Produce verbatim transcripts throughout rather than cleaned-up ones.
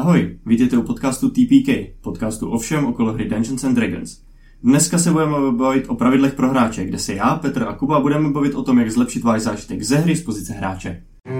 Ahoj, vítejte u podcastu T P K, podcastu o všem okolo hry Dungeons and Dragons. Dneska se budeme bavit o pravidlech pro hráče, kde se já, Petr a Kuba budeme bavit o tom, jak zlepšit váš zážitek ze hry z pozice hráče.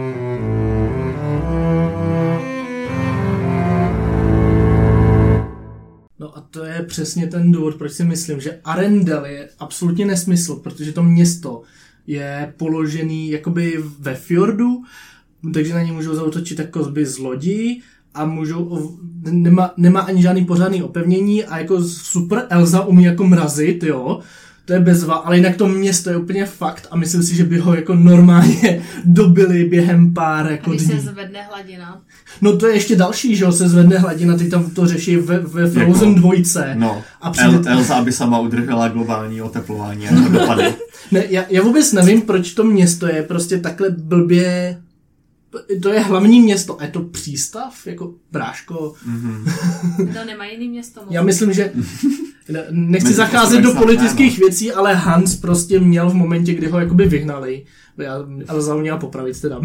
No a to je přesně ten důvod, proč si myslím, že Arendelle je absolutně nesmysl, protože to město je položený jakoby ve fjordu, takže na ně můžou zaútočit jako zby z lodí a můžou, nemá, nemá ani žádný pořádný opevnění a jako super Elsa umí jako mrazit, jo, to je bezva, ale jinak to město je úplně fakt a myslím si, že by ho jako normálně dobili během pár jako a když dní. se zvedne hladina? No to je ještě další, že jo, se zvedne hladina, ty tam to řeší ve, ve Frozen jako, dvojce. No, a přijde... El, Elsa by sama udržela globální oteplování a jeho dopady. Ne, já, já vůbec nevím, proč to město je prostě takhle blbě... To je hlavní město a je to přístav, jako bráško. Mm-hmm. To nemá jiný město. Já myslím, že nechci zacházet do politických věcí, ale Hans prostě měl v momentě, kdy ho jakoby vyhnali. Já, ale zaměla popravit teda.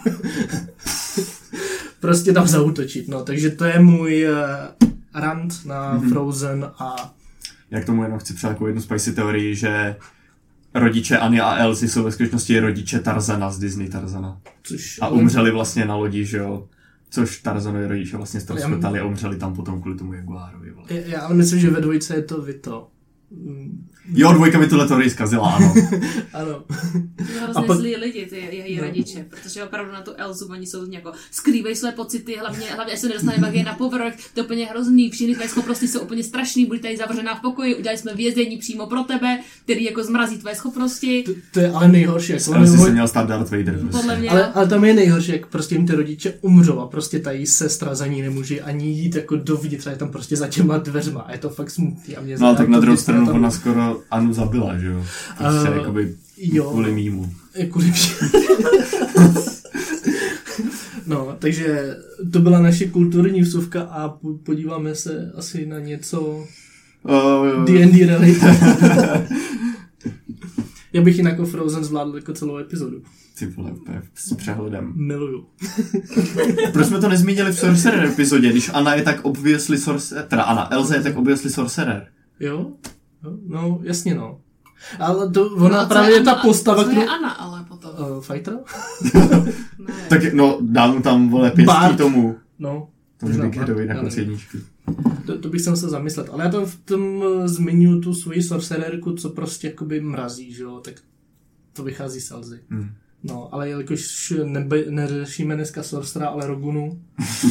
Prostě tam zaútočit, no. Takže to je můj uh, rant na mm-hmm. Frozen a... Já k tomu jenom chci přát jednu spicy teorii, že rodiče Anny a Elsy jsou ve skutečnosti rodiče Tarzana z Disney Tarzana. Což, a umřeli vlastně na lodi, že jo? Což Tarzanovi rodiče vlastně ztroskotali a umřeli tam potom kvůli tomu jaguárovi. Já, já myslím, že ve dvojce je to Vito. Jo, dvojka mi tuhle teorii zkazila, ano. Ano. To hrozně pak... zlí lidi, ty její no. rodiče, protože opravdu na tu Elzu oni jsou jako skrývají své pocity, hlavně, hlavně až se nedostane magie na povrch, to je úplně hrozný, všechny tvé schopnosti jsou úplně strašný, buď tady zavřená v pokoji, udělali jsme vězení přímo pro tebe, který jako zmrazí tvé schopnosti. To, to je ale nejhorší. Jak Elzy se měl stát Darth Vader. Podle mě. Ale, ale tam je nejhorší, jak prostě jim ty rodiče umřou a prostě ta její sestra za ní nemůže ani jít jako dovnitř, je tam prostě za těma dveřma a je to fakt smutný. A mě no tak na druhou stranu ona skoro Anu zabila, že jo? Prostě uh, jakoby jo. Kvůli mýmu. Kvůli No, takže to byla naše kulturní vsuvka a podíváme se asi na něco D and D related. Já bych jinak o Frozen zvládl jako celou epizodu. Ty vole, s přehledem. Miluju. Proč jsme to nezmínili v Sorcerer epizodě, když Anna je tak obviously sorcerer, teda Anna, Elsa je tak obviously sorcerer. Jo? No, jasně no. Ale to, ona no právě je ta postava, kterou... Co je Anna, ale potom? Uh, fighter? Tak no, dám mu tam, vole, pěstí tomu. No. Tomu Bigheadovi na konci jedničky. To, to bych se musel zamyslet. Ale já tam v tom zmiňuji tu svoji sorcerérku, co prostě jakoby mrazí, že jo, tak to vychází z Elzy. Hmm. No, ale jelikož nebe, neřešíme dneska sorcera, ale Rogunu.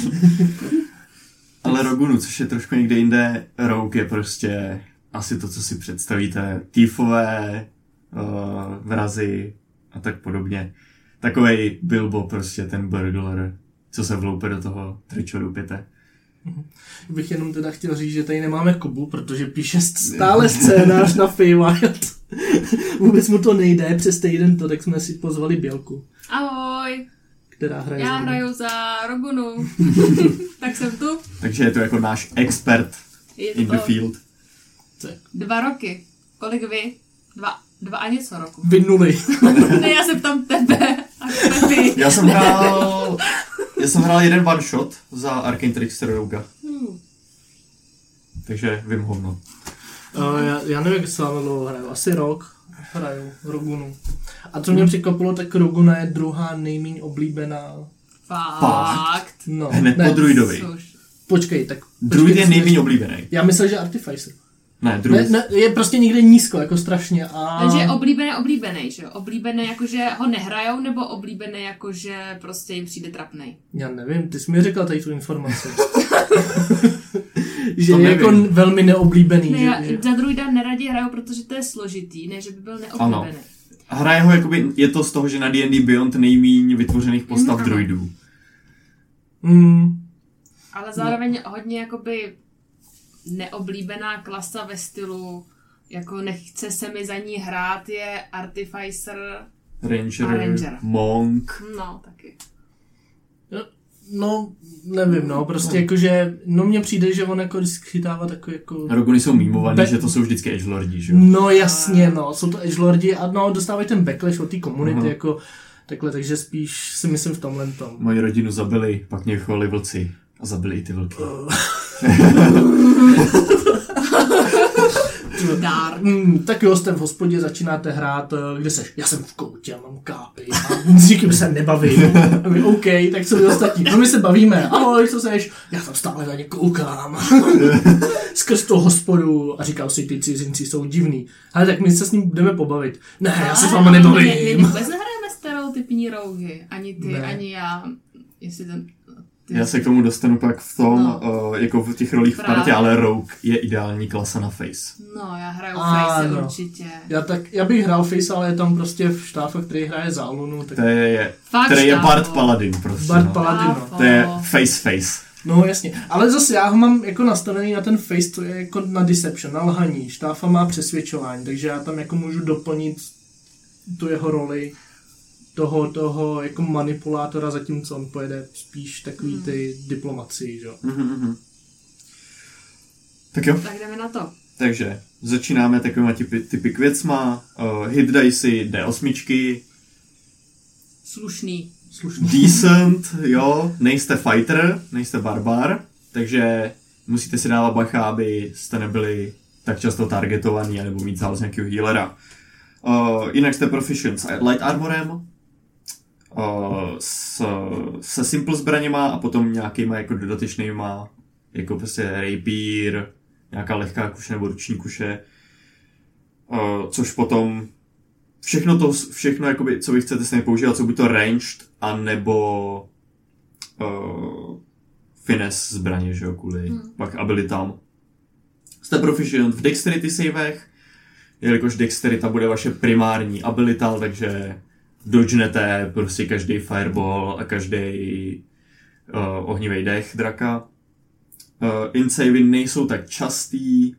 Ale Rogunu, což je trošku někde jinde, Rogue je prostě... Asi to, co si představíte, týfové, uh, vrazy a tak podobně. Takovej Bilbo prostě, ten burglar, co se vloupe do toho tričoru pěte. Bych jenom teda chtěl říct, že tady nemáme Kubu, protože píše stále scénář na Feywild. Vůbec mu to nejde, přes týden to, tak jsme si pozvali Bělku. Ahoj. Která hraje Já hraju za Rogunu. Tak jsem tu. Takže je to jako náš expert in to... the field. Dva roky. Kolik vy? Dva, dva a něco roku. Vy nuly. Ne, já jsem tam tebe. A ty. Já jsem hrál... Já jsem hrál jeden one shot za Arcane Trickster Roga. Hmm. Takže vím hovno. Uh, já, já nevím, jak se vám dlouho hraju. Asi rok hraju Rogunu. A co mě překvapilo, tak Roguna je druhá nejméně oblíbená. Fakt? No. Hned ne. Po druidovi. Počkej, tak... Druid je nejméně oblíbený. Já myslel, že Artificer. Ne, druid. Ne, ne, je prostě někde nízko, jako strašně. A... Takže oblíbený, oblíbený, že jo? Oblíbený jakože ho nehrajou, nebo oblíbený jakože prostě jim přijde trapnej? Já nevím, ty jsi mi řekla tady tu informaci. Že je jako velmi neoblíbený. Ne, že, já že... za druida neradi hrajou, protože to je složitý, ne, že by byl neoblíbený. Ano. Hraje ho jakoby, je to z toho, že na D and D Beyond nejméně vytvořených postav mm, druidů. Mm. Ale zároveň no. hodně jakoby neoblíbená klasa ve stylu, jako nechce se mi za ní hrát, je Artificer Ranger, a Ranger. Monk. No, taky. No, nevím, no, prostě no. jakože, no mně přijde, že on jako schytává takový jako... Roguny jsou mýmovaný, Be- že to jsou vždycky edgelordi, že jo? No jasně, no, jsou to edgelordi a no, dostávají ten backlash od té komunity, uh-huh. jako takhle, takže spíš si myslím v tomhle tom. Moji rodinu zabili, pak mě chovali vlci. A zabili i ty vlky. Dár. Mm, tak jo, jste v hospodě, začínáte hrát, kde seš? Já jsem v koutě, mám kápy a s nikým se nebavím. A my, OK, tak co vy ostatní? No my se bavíme. Ahoj, co seš? Já tam stále na ně koukám. Skrz tu hospodu a říkal si, ty cizinci jsou divný. Ale tak my se s ním budeme pobavit. Ne, já se s váma nebavím. My, my vůbec nehrajeme stereotypní rouhy. Ani ty, ne. Ani já. Jestli ten... Já se k tomu dostanu pak v tom, no. uh, jako v těch rolích v partě, ale Rogue je ideální klasa na Face. No, já hraju Face no. určitě. Já, tak, já bych hrál Face, ale je tam prostě v Štáfa, který hraje za Alunu. Tak... To je, který je Bard Paladin prostě. Bard no. Paladin, no. To je Face Face. No jasně, ale zase já ho mám jako nastavený na ten Face, to je jako na Deception, na lhaní. Štáfa má přesvědčování, takže já tam jako můžu doplnit tu jeho roli toho, toho jako manipulátora, zatímco on pojede spíš takový ty diplomacii, jo. Mm-hmm. Tak jo. Tak jdeme na to. Takže začínáme takovýma typy, typy k věcma. Uh, hit dicey D osm. Slušný. Slušný. Decent, jo. Nejste fighter, nejste barbar, takže musíte si dávat bacha, aby jste nebyli tak často targetovaný, nebo mít zálež nějakého healera. Uh, jinak jste proficient s light armorem, Uh, s, se simple zbraněma a potom nějakýma jako dodatečnýma, jako prostě rapier, nějaká lehká kuše nebo ruční kuše, uh, což potom všechno to, všechno jakoby, co vy chcete s ním používat, co by to ranged, a nebo uh, finesse zbraně, že jo, kvůli hmm. pak abilitám. Jste proficient v dexterity savech, jelikož dexterita bude vaše primární abilita, takže dodgenete prostě každý fireball a každý uh, ohnivý dech draka. Uh, insavy nejsou tak častý.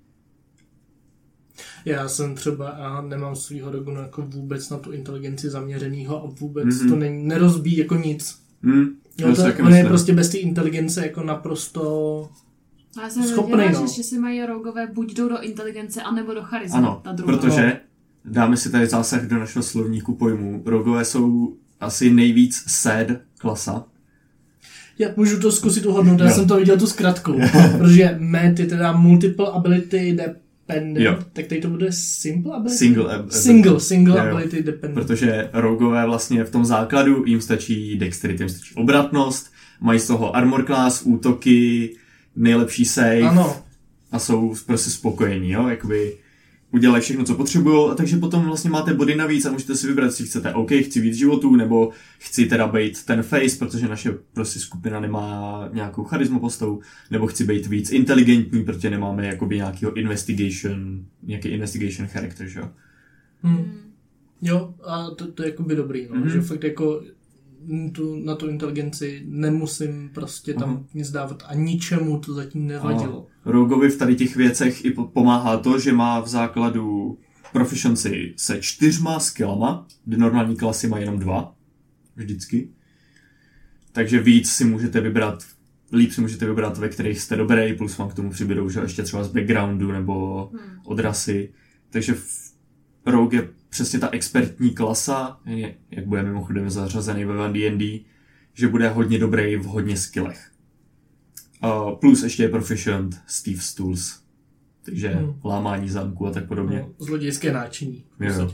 Já jsem třeba, já nemám svýho Rogunu jako vůbec na tu inteligenci zaměřenýho a vůbec mm-hmm. to ne, nerozbíjí jako nic. Mm, jo, to, on je prostě bez té inteligence jako naprosto já jsem schopný. věděla, No. že, že si mají rogové buď jdou do inteligence, anebo do charizmy. Ano, ta druhá. protože dáme si tady zásah do našeho slovníku pojmů. Rogové jsou asi nejvíc sad klasa. Já můžu to zkusit uhodnout, já jo. jsem to viděl tu zkratku, protože Met je teda multiple ability dependent, jo. tak tady to bude simple ability? Single, ab- single, single jo, jo. ability dependent. Protože rogové vlastně v tom základu jim stačí dexterity, jim stačí obratnost, mají z toho armor class, útoky, nejlepší save ano. a jsou prostě spokojení, jo, jakoby udělají všechno, co potřebujou, a takže potom vlastně máte body navíc a můžete si vybrat, jestli chcete, OK, chci víc životů, nebo chci teda být ten face, protože naše prostě skupina nemá nějakou charismu postavu, nebo chci být víc inteligentní, protože nemáme jakoby nějakýho investigation, nějaký investigation character, že jo. Hmm. Jo, a to, to je jakoby dobrý, no, mm-hmm. že fakt jako tu, na tu inteligenci nemusím prostě tam uh-huh. nic dávat a ničemu to zatím nevadilo. Rogovi v tady těch věcech i pomáhá to, že má v základu proficiency se čtyřma skillama, kdy normální klasy má jenom dva, vždycky. Takže víc si můžete vybrat, líp si můžete vybrat, ve kterých jste dobrý, plus vám k tomu přibydou, že ještě třeba z backgroundu nebo hmm. od rasy. Takže Rogue je přesně ta expertní klasa, jak bude mimochodem zařazený ve D and D, že bude hodně dobrý v hodně skillech. Uh, plus ještě je proficient Steve's Tools, takže hmm. lámání zámku a tak podobně. No, zlodějské náčiní. Jo.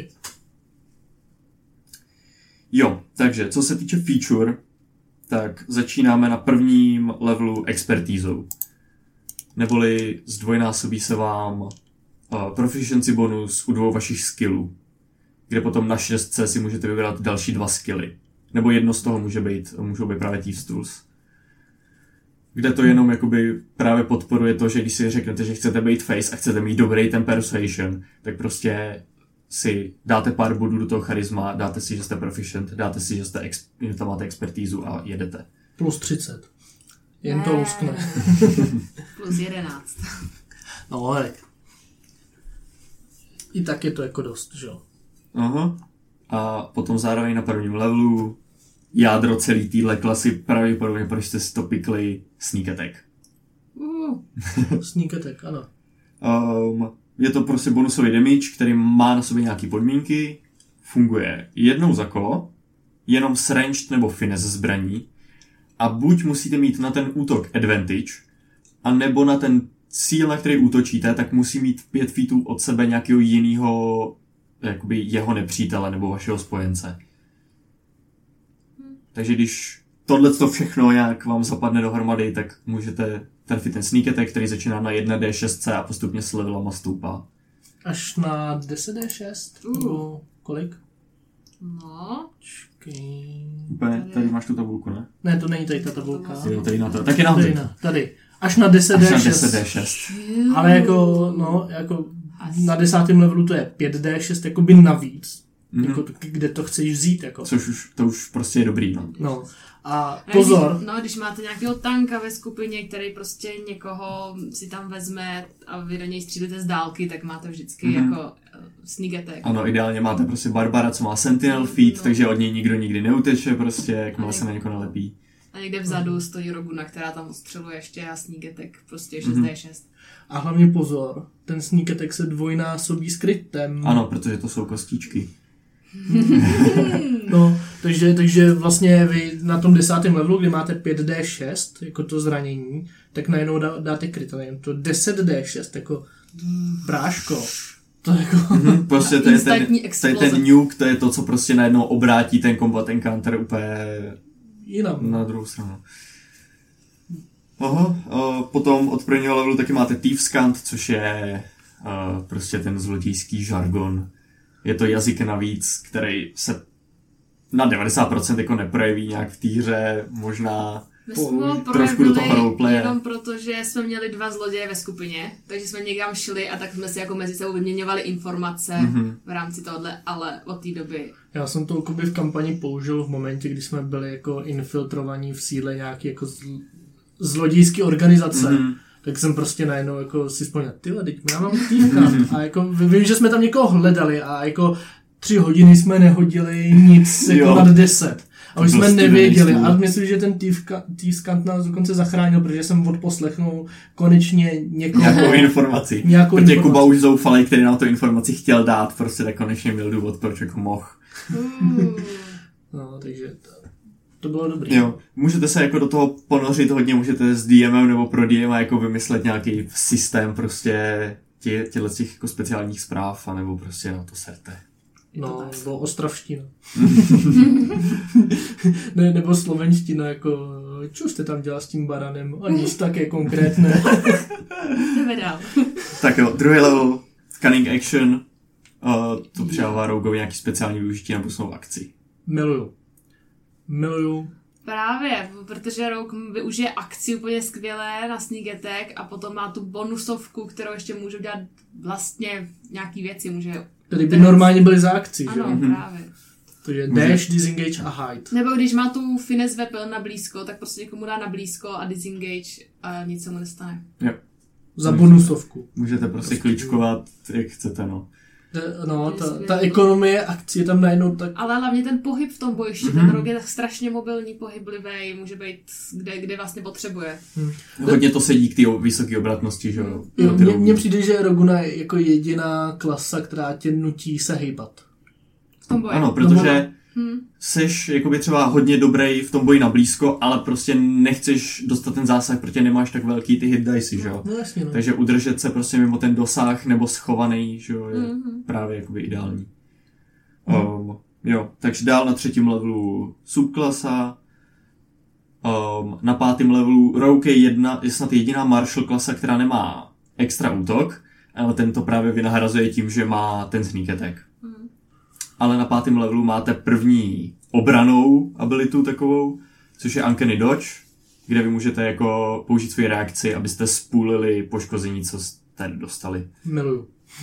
jo, takže co se týče feature, tak začínáme na prvním levelu expertízou. Neboli zdvojnásobí se vám uh, proficiency bonus u dvou vašich skillů, kde potom na šestce si můžete vybrat další dva skilly. Nebo jedno z toho může být, můžou být právě Thieves Tools. Kde to jenom jakoby právě podporuje to, že když si řeknete, že chcete být face a chcete mít dobrý ten persuasion, tak prostě si dáte pár bodů do toho charisma, dáte si, že jste proficient, dáte si, že jste ex, že tam máte expertízu a jedete. Plus třicet. Jen to luskne. Plus jedenáct. No, ale i tak je to jako dost, že jo? Aha. A potom zároveň na prvním levelu jádro celý týhle klasy pravděpodobně, proč jste si to pikli, sneak attack. Uh. Sneak attack, ano. Um, je to prostě bonusový damage, který má na sobě nějaký podmínky, funguje jednou za kolo, jenom s ranged nebo finesse zbraní a buď musíte mít na ten útok advantage, a nebo na ten cíl, na který útočíte, tak musí mít pět feetů od sebe nějakého jiného, jakoby jeho nepřítele nebo vašeho spojence. Hmm. Takže když tohleto všechno nějak vám zapadne dohromady, tak můžete trefit ten sneak attack, který začíná na jedna dé šest a postupně s levelama stoupá. Až na deset dé šest? Uh. Nebo kolik? No. Čekej. Úplně, tady máš tu tabulku, ne? Ne, to není tady ta tabulka. Jo, tady na to. Tak je nahoře. Tady, na, tady. Až na deset dé šest. Až na deset dé šest. Ale jako, no, jako na desátém levelu to je pět dé šest, jakoby navíc. Mm-hmm. Jako, kde to chceš vzít, jako. Což už, to už prostě je dobrý, no. No. A pozor. Když, no, když máte nějakého tanka ve skupině, který prostě někoho si tam vezme a vy do něj střílíte z dálky, tak máte vždycky mm-hmm. jako uh, sneak attack. Ano, ideálně máte prostě Barbara, co má Sentinel feed, no. Takže od něj nikdo nikdy neuteče, prostě, jakmile se na někoho nalepí. A někde vzadu mm. stojí Roguna, která tam ostřeluje ještě a sneak attack, prostě šest dé šest. Mm-hmm. A hlavně pozor, ten sneak attack se dvojnásobí s krytem. Ano, protože to jsou kostičky. No, takže, takže vlastně vy na tom desátém levelu, kdy máte pět dé šest, jako to zranění, tak najednou dá, dáte kryt, ale jen to deset dé šest, jako bráško. To jako... Mm-hmm, prostě to je, ten, to je ten nuke, to je to, co prostě najednou obrátí ten combat encounter úplně jinam. Na druhou stranu. Aha, a potom od prvního levelu taky máte Thieves Cant, což je uh, prostě ten zlodějský žargon. Je to jazyk navíc, který se na devadesát procent jako neprojeví nějak v té hře, možná my jsme ho trošku do toho roleplaye. Jenom proto, že jsme měli dva zloděje ve skupině, takže jsme někam šli a tak jsme si jako mezi sebou vyměňovali informace mm-hmm. v rámci tohohle, ale od té doby... Já jsem to jakoby v kampani použil v momentě, kdy jsme byli jako infiltrovaní v síle nějaký jako zl- zlodějské organizace. Mm-hmm. Tak jsem prostě najednou jako si vzpomněl, tyhle, teď já mám týmka. A jako vím, že jsme tam někoho hledali a jako tři hodiny jsme nehodili nic jako nad deset. A už jsme nevěděli. A myslím, že ten Thieves Cant nás dokonce zachránil, protože jsem odposlechnul konečně někoho. Nějakou informaci. Nějakou protože informaci. Kuba už zoufalej, který nám tu informaci chtěl dát, prostě tak konečně měl důvod, proč jako mohl. No, takže to, to bylo dobrý. Jo, můžete se jako do toho ponořit hodně, můžete s D M em nebo pro D M a jako vymyslet nějaký systém prostě tě, těchto těch jako speciálních zpráv, anebo prostě na to serte. No, nebo ostravština. ne, nebo slovenština, jako, čo jste tam dělal s tím baranem, a nic také konkrétné. Jdeme dál. Tak jo, druhý level, Cunning Action, uh, to přidává Rogueovi nějaký speciální využití na busnou akci. Miluju. Miluju. Právě, protože Rogue využije akci úplně skvěle na sneak attack a potom má tu bonusovku, kterou ještě může dělat vlastně nějaký věci, může... Tady by normálně byly za akci, ano, že? Ano, právě. Takže dash, disengage a hide. Nebo když má tu finesse weapon na blízko, tak prostě někomu dá na blízko a disengage a nic se mu nestane. Jo. Za bonusovku. Můžete prostě kličkovat, jak chcete, no. No, ta, ta ekonomie akcí je tam najednou tak... Ale hlavně ten pohyb v tom bojišti, mm-hmm. ten Rogue je tak strašně mobilní, pohyblivý, může být kde, kde vlastně potřebuje. Hmm. Hodně to sedí k té vysoké obratnosti, že jo? Mně přijde, že Roguna je jako jediná klasa, která tě nutí se hejbat. V tom boji. Ano, protože hmm. seš jakoby třeba hodně dobrý v tom boji na blízko, ale prostě nechceš dostat ten zásah, protože nemáš tak velký ty hit dice, že jo? No, jasně, no. Takže udržet se prostě mimo ten dosah nebo schovaný, že jo, je mm-hmm. právě jakoby ideální. Mm. Um, jo, takže dál na třetím levelu subklasa, um, na pátém levelu Rogue je, jedna, je snad jediná martial klasa, která nemá extra útok, ale ten to právě vynahrazuje tím, že má ten sneak attack. Mm. Ale na pátém levelu máte první obranou abilitu takovou, což je Uncanny Dodge, kde vy můžete jako použít svoji reakci, abyste spůlili poškození, co jste dostali. Miluju.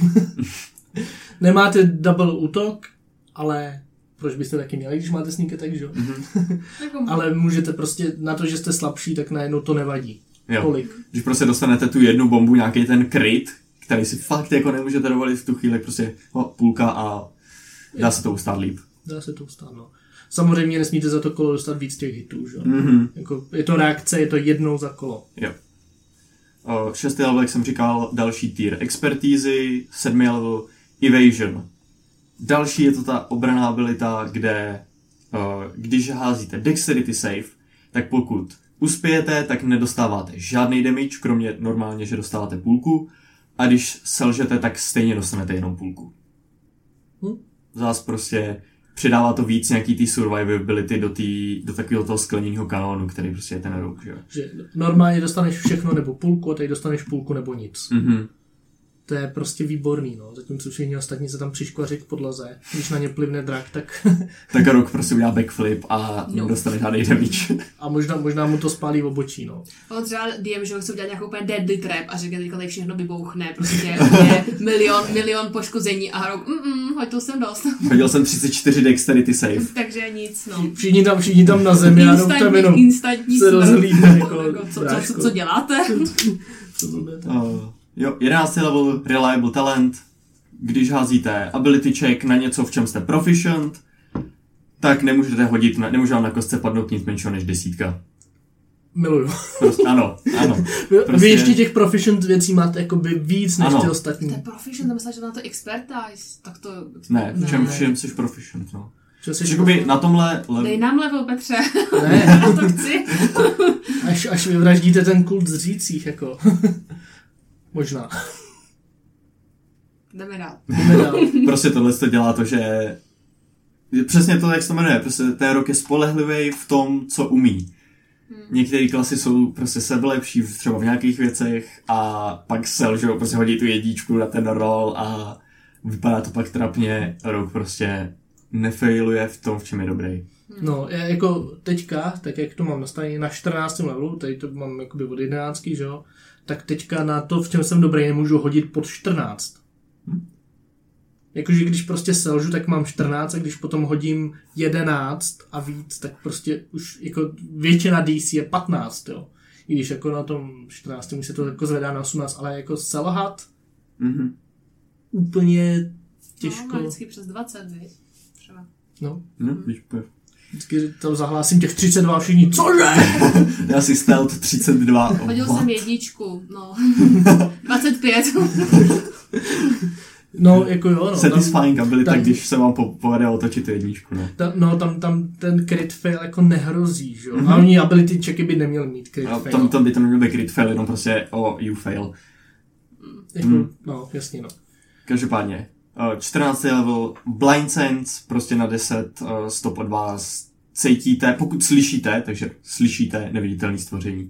Nemáte double útok, ale proč byste taky měli, když máte sneak attack, že jo? Mm-hmm. Ale můžete prostě, na to, že jste slabší, tak najednou to nevadí. Jo. Kolik? Když prostě dostanete tu jednu bombu, nějaký ten crit, který si fakt jako nemůžete dovolit v tu chvíli, prostě oh, půlka a dá se to ustát líp. Dá se to ustát, no. Samozřejmě nesmíte za to kolo dostat víc těch hitů, že? Mm-hmm. Jako, je to reakce, je to jednou za kolo. Jo. O, šestý level, jak jsem říkal, další tier expertízy, sedmý level evasion. Další je to ta obranná abilita, kde o, když házíte dexterity save, tak pokud uspějete, tak nedostáváte žádný damage, kromě normálně, že dostáváte půlku, a když selžete, tak stejně dostanete jenom půlku. Hm? Zás prostě přidává to víc nějaký ty survivability do, tý, do takového toho skleněného kanónu, který prostě je ten rouk, že jo. Že normálně dostaneš všechno nebo půlku, a teď dostaneš půlku nebo nic. Mhm. To je prostě výborný, no. Zatímco všichni ostatní se tam přiškvaří k podlaze. Když na ně plivne drak, tak... tak rouk prostě udělá backflip a No. nedostane žádný damage. a možná, možná mu to spálí v obočí, no. On třeba D M, že ho chce udělat nějakou úplně deadly trap a říká, teďka tady všechno vybouchne, prostě úplně milion, milion poškození a Rogue, mm, hoď to jsem dost. Hodil jsem třicet čtyři dexterity save. Takže nic, no. Všichni tam, všichni tam na zemi a Rogue tam jenom instantní se rozhlídne, jako, jako, co, co, co, co děláte? Co to jde? Uh, jo, jedenáctý level Reliable Talent. Když házíte ability check na něco, v čem jste proficient, tak nemůžete hodit, na, nemůže vám na kostce padnout nic menšího než desítka. Miluju. Prostě, ano, ano. Prostě... Vy ještě těch proficient věcí máte jakoby víc než ano. ty ostatní. To je proficient, myslím, že na to expertise, tak to... Ne, v čem Ne. všem jsi proficient, no. Že jsi Což jakoby na tomhle Dej level... nám level, Petře. Ne. Já to chci. Až, až vyvraždíte ten kult zřících, jako. Možná. Jdeme dál. Jdeme dál. Prostě tohle to dělá to, že... Přesně to, jak se to jmenuje. Prostě ten rok je spolehlivý v tom, co umí. Hmm. Některé klasy jsou prostě sebelepší třeba v nějakých věcech a pak sel, že jo, prostě hodí tu jedničku na ten roll a vypadá to pak trapně. Rok prostě nefailuje v tom, v čem je dobrý. No, já jako teďka, tak jak to mám nastavené na čtrnáctém levelu, tady to mám jakoby od jedenáctky, že jo, tak teďka na to, v čem jsem dobrý, nemůžu hodit pod čtrnáct. Hm? Jakože když prostě selžu, tak mám čtrnáct a když potom hodím jedenáct a víc, tak prostě už jako většina D C je patnáct, jo. I když jako na tom čtrnáctém už se to jako zvedá na osmnáct, ale jako selhat Mhm. úplně těžko. No, vždycky přes dvacet, viď? Třeba. No, No, víš, úplně. vždycky tam zahlásím těch třicet dva a všichni, cože? Já si stealth třicet dva. Hodil What? jsem jedničku, no. dvacet pět. No, jako jo, no. Satisfying ability, tam- když se vám po- povede otočit tu jedničku, no. Ta, no, tam, tam ten crit fail jako nehrozí, že jo? Mhm. Mm-hmm. A oni ability checky by neměl mít crit A fail. tam, tam by to neměl být crit fail, jenom prostě o oh, you fail. Jako, Mm. no, jasně, no. Každopádně, uh, čtrnáctý level, Blind Sense, prostě na deset, uh, stop od vás cítíte, pokud slyšíte, takže slyšíte neviditelné stvoření.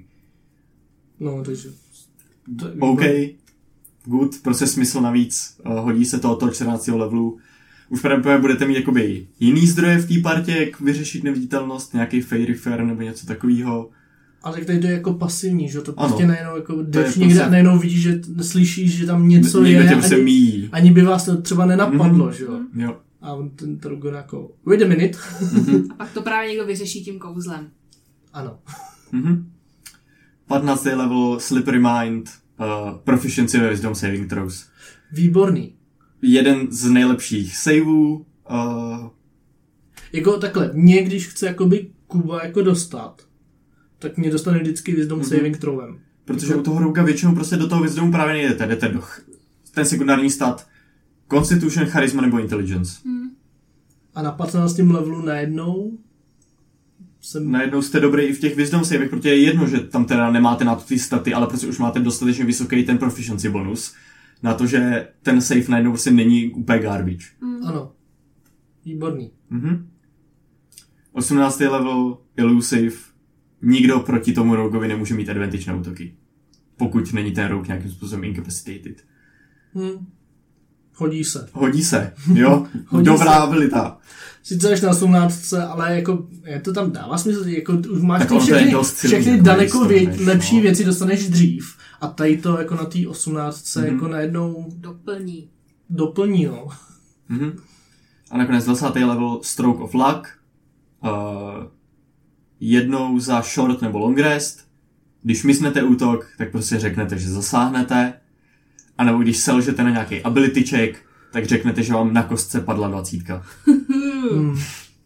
No, takže... To, OK, good, prostě smysl navíc, uh, hodí se to od toho čtrnáctého levelu. Už právě budete mít jakoby jiný zdroje v té partě, jak vyřešit neviditelnost, nějaký Fairy Fair nebo něco takového. Ale tak tady to je jako pasivní, že jo? To Ano. prostě najednou jako jdeš prostě- někde a najednou vidíš, že slyšíš, že tam něco Někdo je, tě prostě ani, míjí. ani by vás to třeba nenapadlo, Mhm. že jo? Jo. A on ten Trogon jako, wait a minute. A pak to právě někdo vyřeší tím kouzlem. Ano. Mhm. patnáctý level, Slippery Mind, uh, Proficiency ve Wisdom Saving Throws. Výborný. Jeden z nejlepších saveů. Uh, Jako takhle, mě když chce jakoby Kuba jako dostat, tak mě dostane vždycky Wisdom Mhm. saving throwem. protože u toho rouga většinou prostě do toho Wisdomu právě nejdete. Jdete do ch- ten sekundární stat Constitution, Charisma nebo Intelligence. Hmm. A na patnáctém levelu najednou jsem... Najednou jste dobrý i v těch Wisdom savech, protože je jedno, že tam teda nemáte na to ty staty, ale prostě už máte dostatečně vysoký ten Proficiency bonus na to, že ten save najednou prostě není úplně garbage. Hmm. Ano. Výborný. Mhm. osmnáctý level, Elusive. Nikdo proti tomu rogovi nemůže mít advantage na útoky. Pokud není ten rogue nějakým způsobem incapacitated. Hm. Hodí se. Hodí se, jo? Hodí Dobrá se. abilita. Sice až na osmnáctce, ale jako, je to tam dává smysl, jako už máš Tak ty ono to je všechny, dost silný, všechny jako daleko když to vě, jdeš, lepší no. věci dostaneš dřív. A tady to jako na té osmnáctce Mhm. jako najednou Doplní. doplní, no. Mhm. A nakonec dvacátý level, Stroke of Luck. Uh, jednou za short nebo long rest. Když misnete útok, tak prostě řeknete, že zasáhnete. A nebo když selžete na nějaký ability check, tak řeknete, že vám na kostce padla dvacítka. Hmm.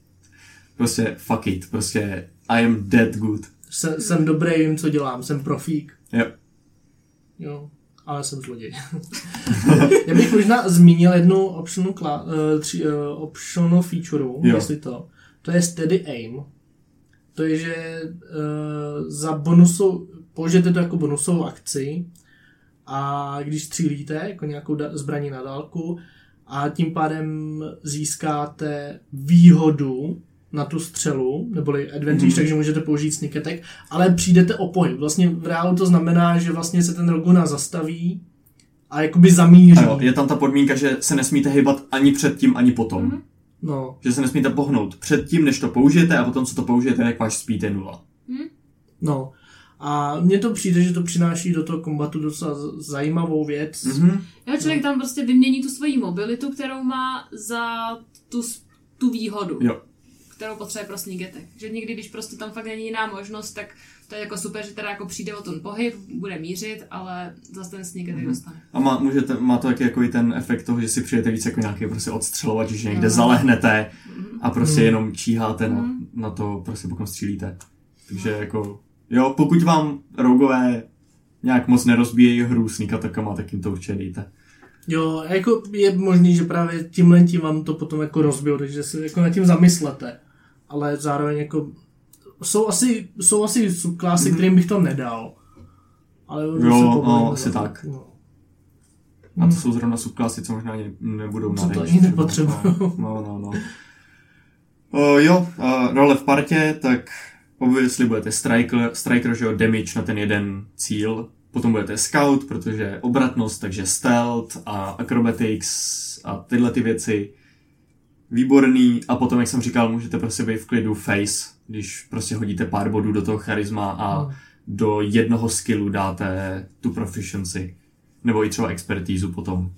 Prostě fuck it, prostě I am that good. Jsem, jsem dobrý, vím, co dělám, jsem profík. Jo. Jo, ale jsem zloděj. Já bych možná zmínil jednu optional, kla- uh, tři, uh, optional feature, Jo. jestli to. To je steady aim. to je, že uh, za bonusou, použijete to jako bonusovou akci a když střílíte jako nějakou da- zbraní na dálku a tím pádem získáte výhodu na tu střelu, neboli advantage, mm-hmm. takže můžete použít sneak attack, ale přijdete o pohyb. Vlastně v reálu to znamená, že vlastně se ten Roguna zastaví a jakoby zamíří. Jo, je tam ta podmínka, že se nesmíte hýbat ani předtím, ani potom. Mm-hmm. No. Že se nesmíte pohnout předtím, než to použijete a potom, co to použijete, jak váš speed je nula. Mm. No. A mně to přijde, že to přináší do toho kombatu docela zajímavou věc. Mm-hmm. Jo, člověk tam prostě vymění tu svoji mobilitu, kterou má za tu, tu výhodu. Jo. Kterou potřebuje pro sneak attack. Že někdy, když prostě tam fakt není jiná možnost, tak to je jako super, že teda jako přijde o ten pohyb, bude mířit, ale zase ten sneak attack mm-hmm. dostane. A má, můžete, má to taky jako i ten efekt toho, že si přijete víc jako nějaký prostě odstřelovač, že někde mm-hmm. zalehnete a prostě mm-hmm. jenom číháte mm-hmm. na, na to, prostě pokud střílíte. Takže mm-hmm. jako, jo, pokud vám rougové nějak moc nerozbíjejí hru sneak attackama, tak jim to určitě dejte. Jo, jako je možný, že právě tímhle tím vám to potom jako rozbijou, takže se jako nad tím zamyslete. Ale zároveň jako jsou asi, jsou asi subklásy, mm. kterým bych to nedal. Ale jo, no, asi tak. No. A to jsou zrovna subklásy, co možná ani nebudou na co to ani nepotřebují. No, no, no. no. O, jo, uh, role v partě, tak obviously budete striker, striker, že jo, damage na ten jeden cíl. Potom budete scout, protože obratnost, takže stealth a acrobatics a tyhle ty věci. Výborný. A potom, jak jsem říkal, můžete prostě být v klidu face, když prostě hodíte pár bodů do toho charisma a hmm. do jednoho skillu dáte tu proficiency. Nebo i třeba expertízu potom.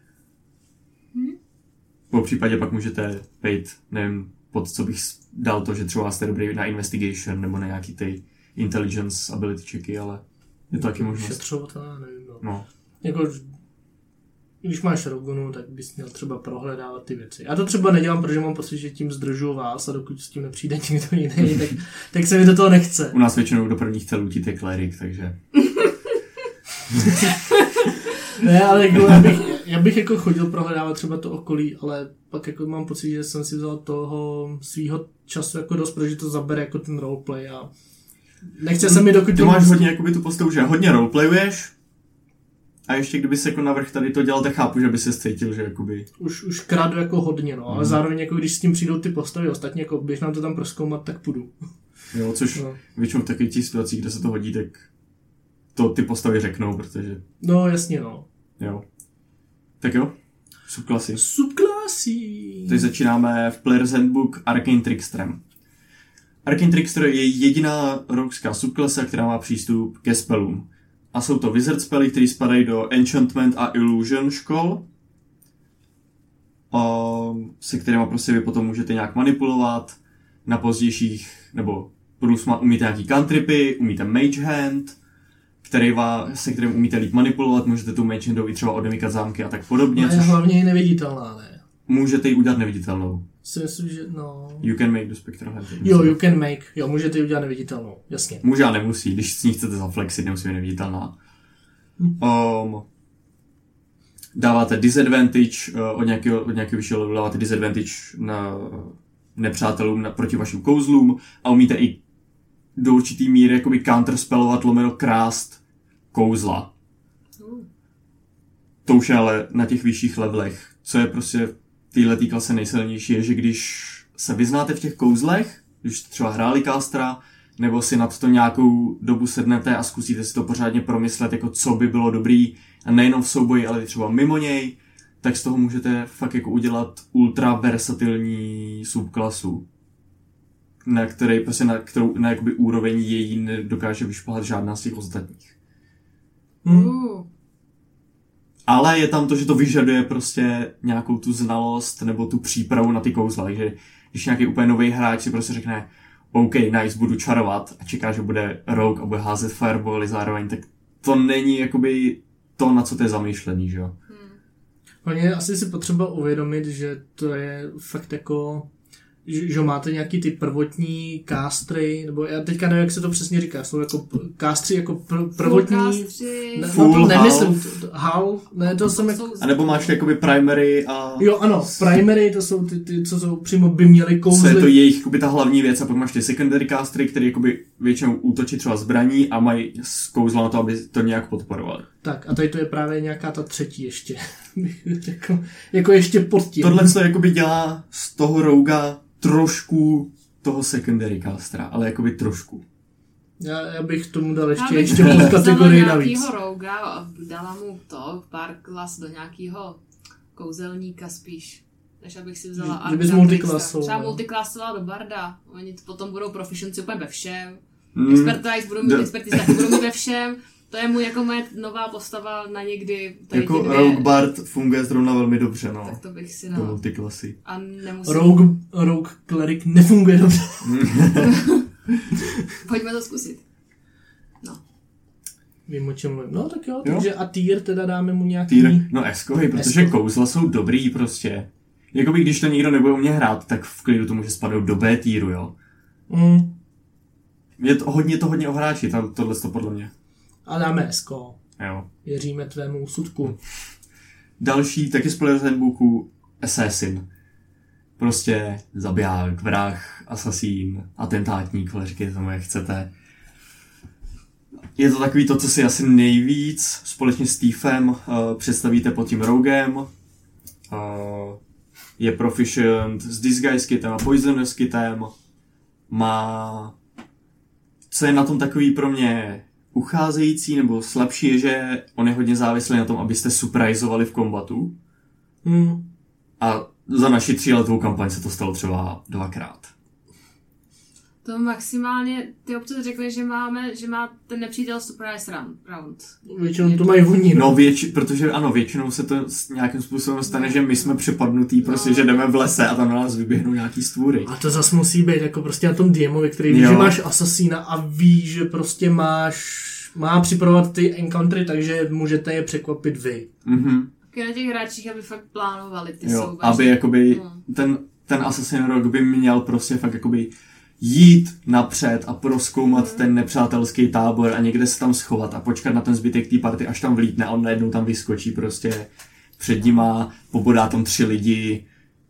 Hmm. Po případě pak můžete být, nevím, pod co bych dal to, že třeba jste dobrý na investigation nebo na nějaký ty intelligence ability checky, ale je to taky možnost. Šetřovat, nevím, no. no. Jako, když máš Rogunu, tak bys měl třeba prohledávat ty věci. Já to třeba nedělám, protože mám pocit, že tím zdržuju vás a dokud s tím nepřijde někdo jiný, tak, tak se mi do toho nechce. U nás většinou do prvních celů je klerik, takže... Ne, ale jako já, bych, já bych jako chodil prohledávat třeba to okolí, ale pak jako mám pocit, že jsem si vzal toho svýho času jako dost, protože to zabere jako ten roleplay a nechce se mi dokud... Ty máš hodně jakoby tu postavu, že hodně roleplayuješ a ještě kdyby se jako navrch tady to dělal, tak chápu, že by se cítil, že jakoby... Už, už kradu jako hodně, no, ale mm. zároveň jako když s tím přijdou ty postavy ostatně, jako běž nám to tam prozkoumat, tak půjdu. Jo, což no. Většinou v takových těch situacích, kde se to hodí, tak to ty postavy řeknou, protože... No, jasně, no. Jo. Tak jo, subklasy. Subklasy! Teď začínáme v Player's Handbook Arcane Tricksterem. Arcane Trickster je jediná rogueská subklasa, která má přístup ke spellům. A jsou to wizard spely, které spadají do Enchantment a Illusion škol, a se kterými prostě vy potom můžete nějak manipulovat na pozdějších, nebo plus umíte nějaký cantripy, umíte Mage Hand, který vás, se kterým umíte líp manipulovat, můžete tu Mage Handou i třeba odemykat zámky a tak podobně. No je hlavně i neviditelná, ne? Můžete ji udělat neviditelnou. Si myslím, že no... You can make the spectral hand. Jo, you can make. Jo, můžete ji udělat neviditelnou, jasně. Může a nemusí, když s ní chcete zaflexit, nemusí být neviditelná. Um, dáváte disadvantage uh, od nějakého, od nějakého vyššího levelu, dáváte disadvantage na nepřátelům na, proti vašim kouzlům a umíte i do určitý míry jakoby counterspellovat, lomeno krást kouzla. Uh. To už je ale na těch vyšších levelech. Co je prostě v této klase nejsilnější, je, že když se vyznáte v těch kouzlech, když třeba hráli castera, nebo si nad to nějakou dobu sednete a zkusíte si to pořádně promyslet, jako co by bylo dobrý, a nejenom v souboji, ale i třeba mimo něj, tak z toho můžete fakt jako udělat ultra versatilní subklasu, na který, prostě na kterou, na jakoby úroveň její nedokáže vyšplhat žádná z těch ostatních. Hmm. Ale je tam to, že to vyžaduje prostě nějakou tu znalost nebo tu přípravu na ty kouzla, takže když nějaký úplně nový hráč si prostě řekne OK, nice, budu čarovat a čeká, že bude rogue a bude házet firebally zároveň, tak to není jakoby to, na co to je zamýšlený, že jo? Hmm. Hlavně asi si potřeba uvědomit, že to je fakt jako že, že máte nějaký ty prvotní kástry, nebo já teďka nevím, jak se to přesně říká, jsou jako kástři jako pr- prvotní... Kástři. Ne, Full, no to nemyslím, half. to- half, ne, to jsem jako... A nebo máš jakoby primary a... Jo, ano, primary, to jsou ty, ty co jsou přímo by měly Co je to kouzlit. jejich jakoby, ta hlavní věc a pak máš ty secondary castry, které jakoby většinou útočí třeba zbraní a mají kouzla na to, aby to nějak podporovali. Tak a tady to je právě nějaká ta třetí ještě. jako, jako ještě pod tím. Tohle to jakoby dělá z toho Rouga trošku toho secondary castra, ale jakoby trošku. Já, já bych tomu dal ještě, Já bych ještě vzala pod kategorii navíc. nějakýho Rouga a dala mu to, pár klas do nějakého kouzelníka spíš. Než abych si vzala Že- že bys Arta multiklasoval. Třeba multiklasovala do Barda. Oni potom budou proficiency úplně ve všem. Mm. Expertise budou mít, Da- expertise taky budou mít ve všem. To je můj jako moje nová postava na někdy. Tady Jako ty dvě, Rogue Bard funguje zrovna velmi dobře, no. tak to bych si Do dala. multiklasy. A nemusím. Rogue, Rogue Cleric nefunguje dobře. Pojďme to zkusit. No. Vím, o čem mluvím. No tak jo, Jo. takže a tier teda dáme mu nějaký... Týr, no eskovej, protože Eskovej. kouzla jsou dobrý prostě. Jakoby když to nikdo nebude umět hrát, tak v klidu to může spadnout do B týru, jo. Mm, Je to hodně to hodně o hráči, to, tohle to podle mě. a dáme Esko. Jo. Věříme tvému úsudku. Další, taky z Player's Handbooku, Assassin. Prostě zabiják, vrah, asasín, atentátník, říkejte tomu, jak chcete. Je to takový to, co si asi nejvíc společně s Thiefem uh, představíte pod tím Rougem. Uh, je proficient s Disguise kitem a Poisonous kitem. Má... Co je na tom takový pro mě ucházející nebo slabší, je, že on je hodně závislý na tom, abyste surprisovali v kombatu. Mm, A za naši tříletou kampaň se to stalo třeba dvakrát. To maximálně, ty obce řekly, že máme, že má ten nepřítel surprise run, round. většinou to mají voní, No, no. věč, protože ano, většinou se to s nějakým způsobem stane, že my jsme přepadnutý, prostě, No. že jdeme v lese a tam na nás vyběhnou nějaký stvůry. A to zase musí být jako prostě na tom D M ovi, který ví, Jo. že máš asasína a ví, že prostě máš, má připravovat ty encountery, takže můžete je překvapit vy. Mhm. Taky na těch hráčích, aby fakt plánovali ty Jo, soubaže. aby jakoby No. ten, ten Assassin Rogue by měl prostě fakt jakoby jít napřed a prozkoumat Mm. ten nepřátelský tábor a někde se tam schovat a počkat na ten zbytek té party, až tam vlítne a on najednou tam vyskočí prostě před nima, pobodá tam tři lidi.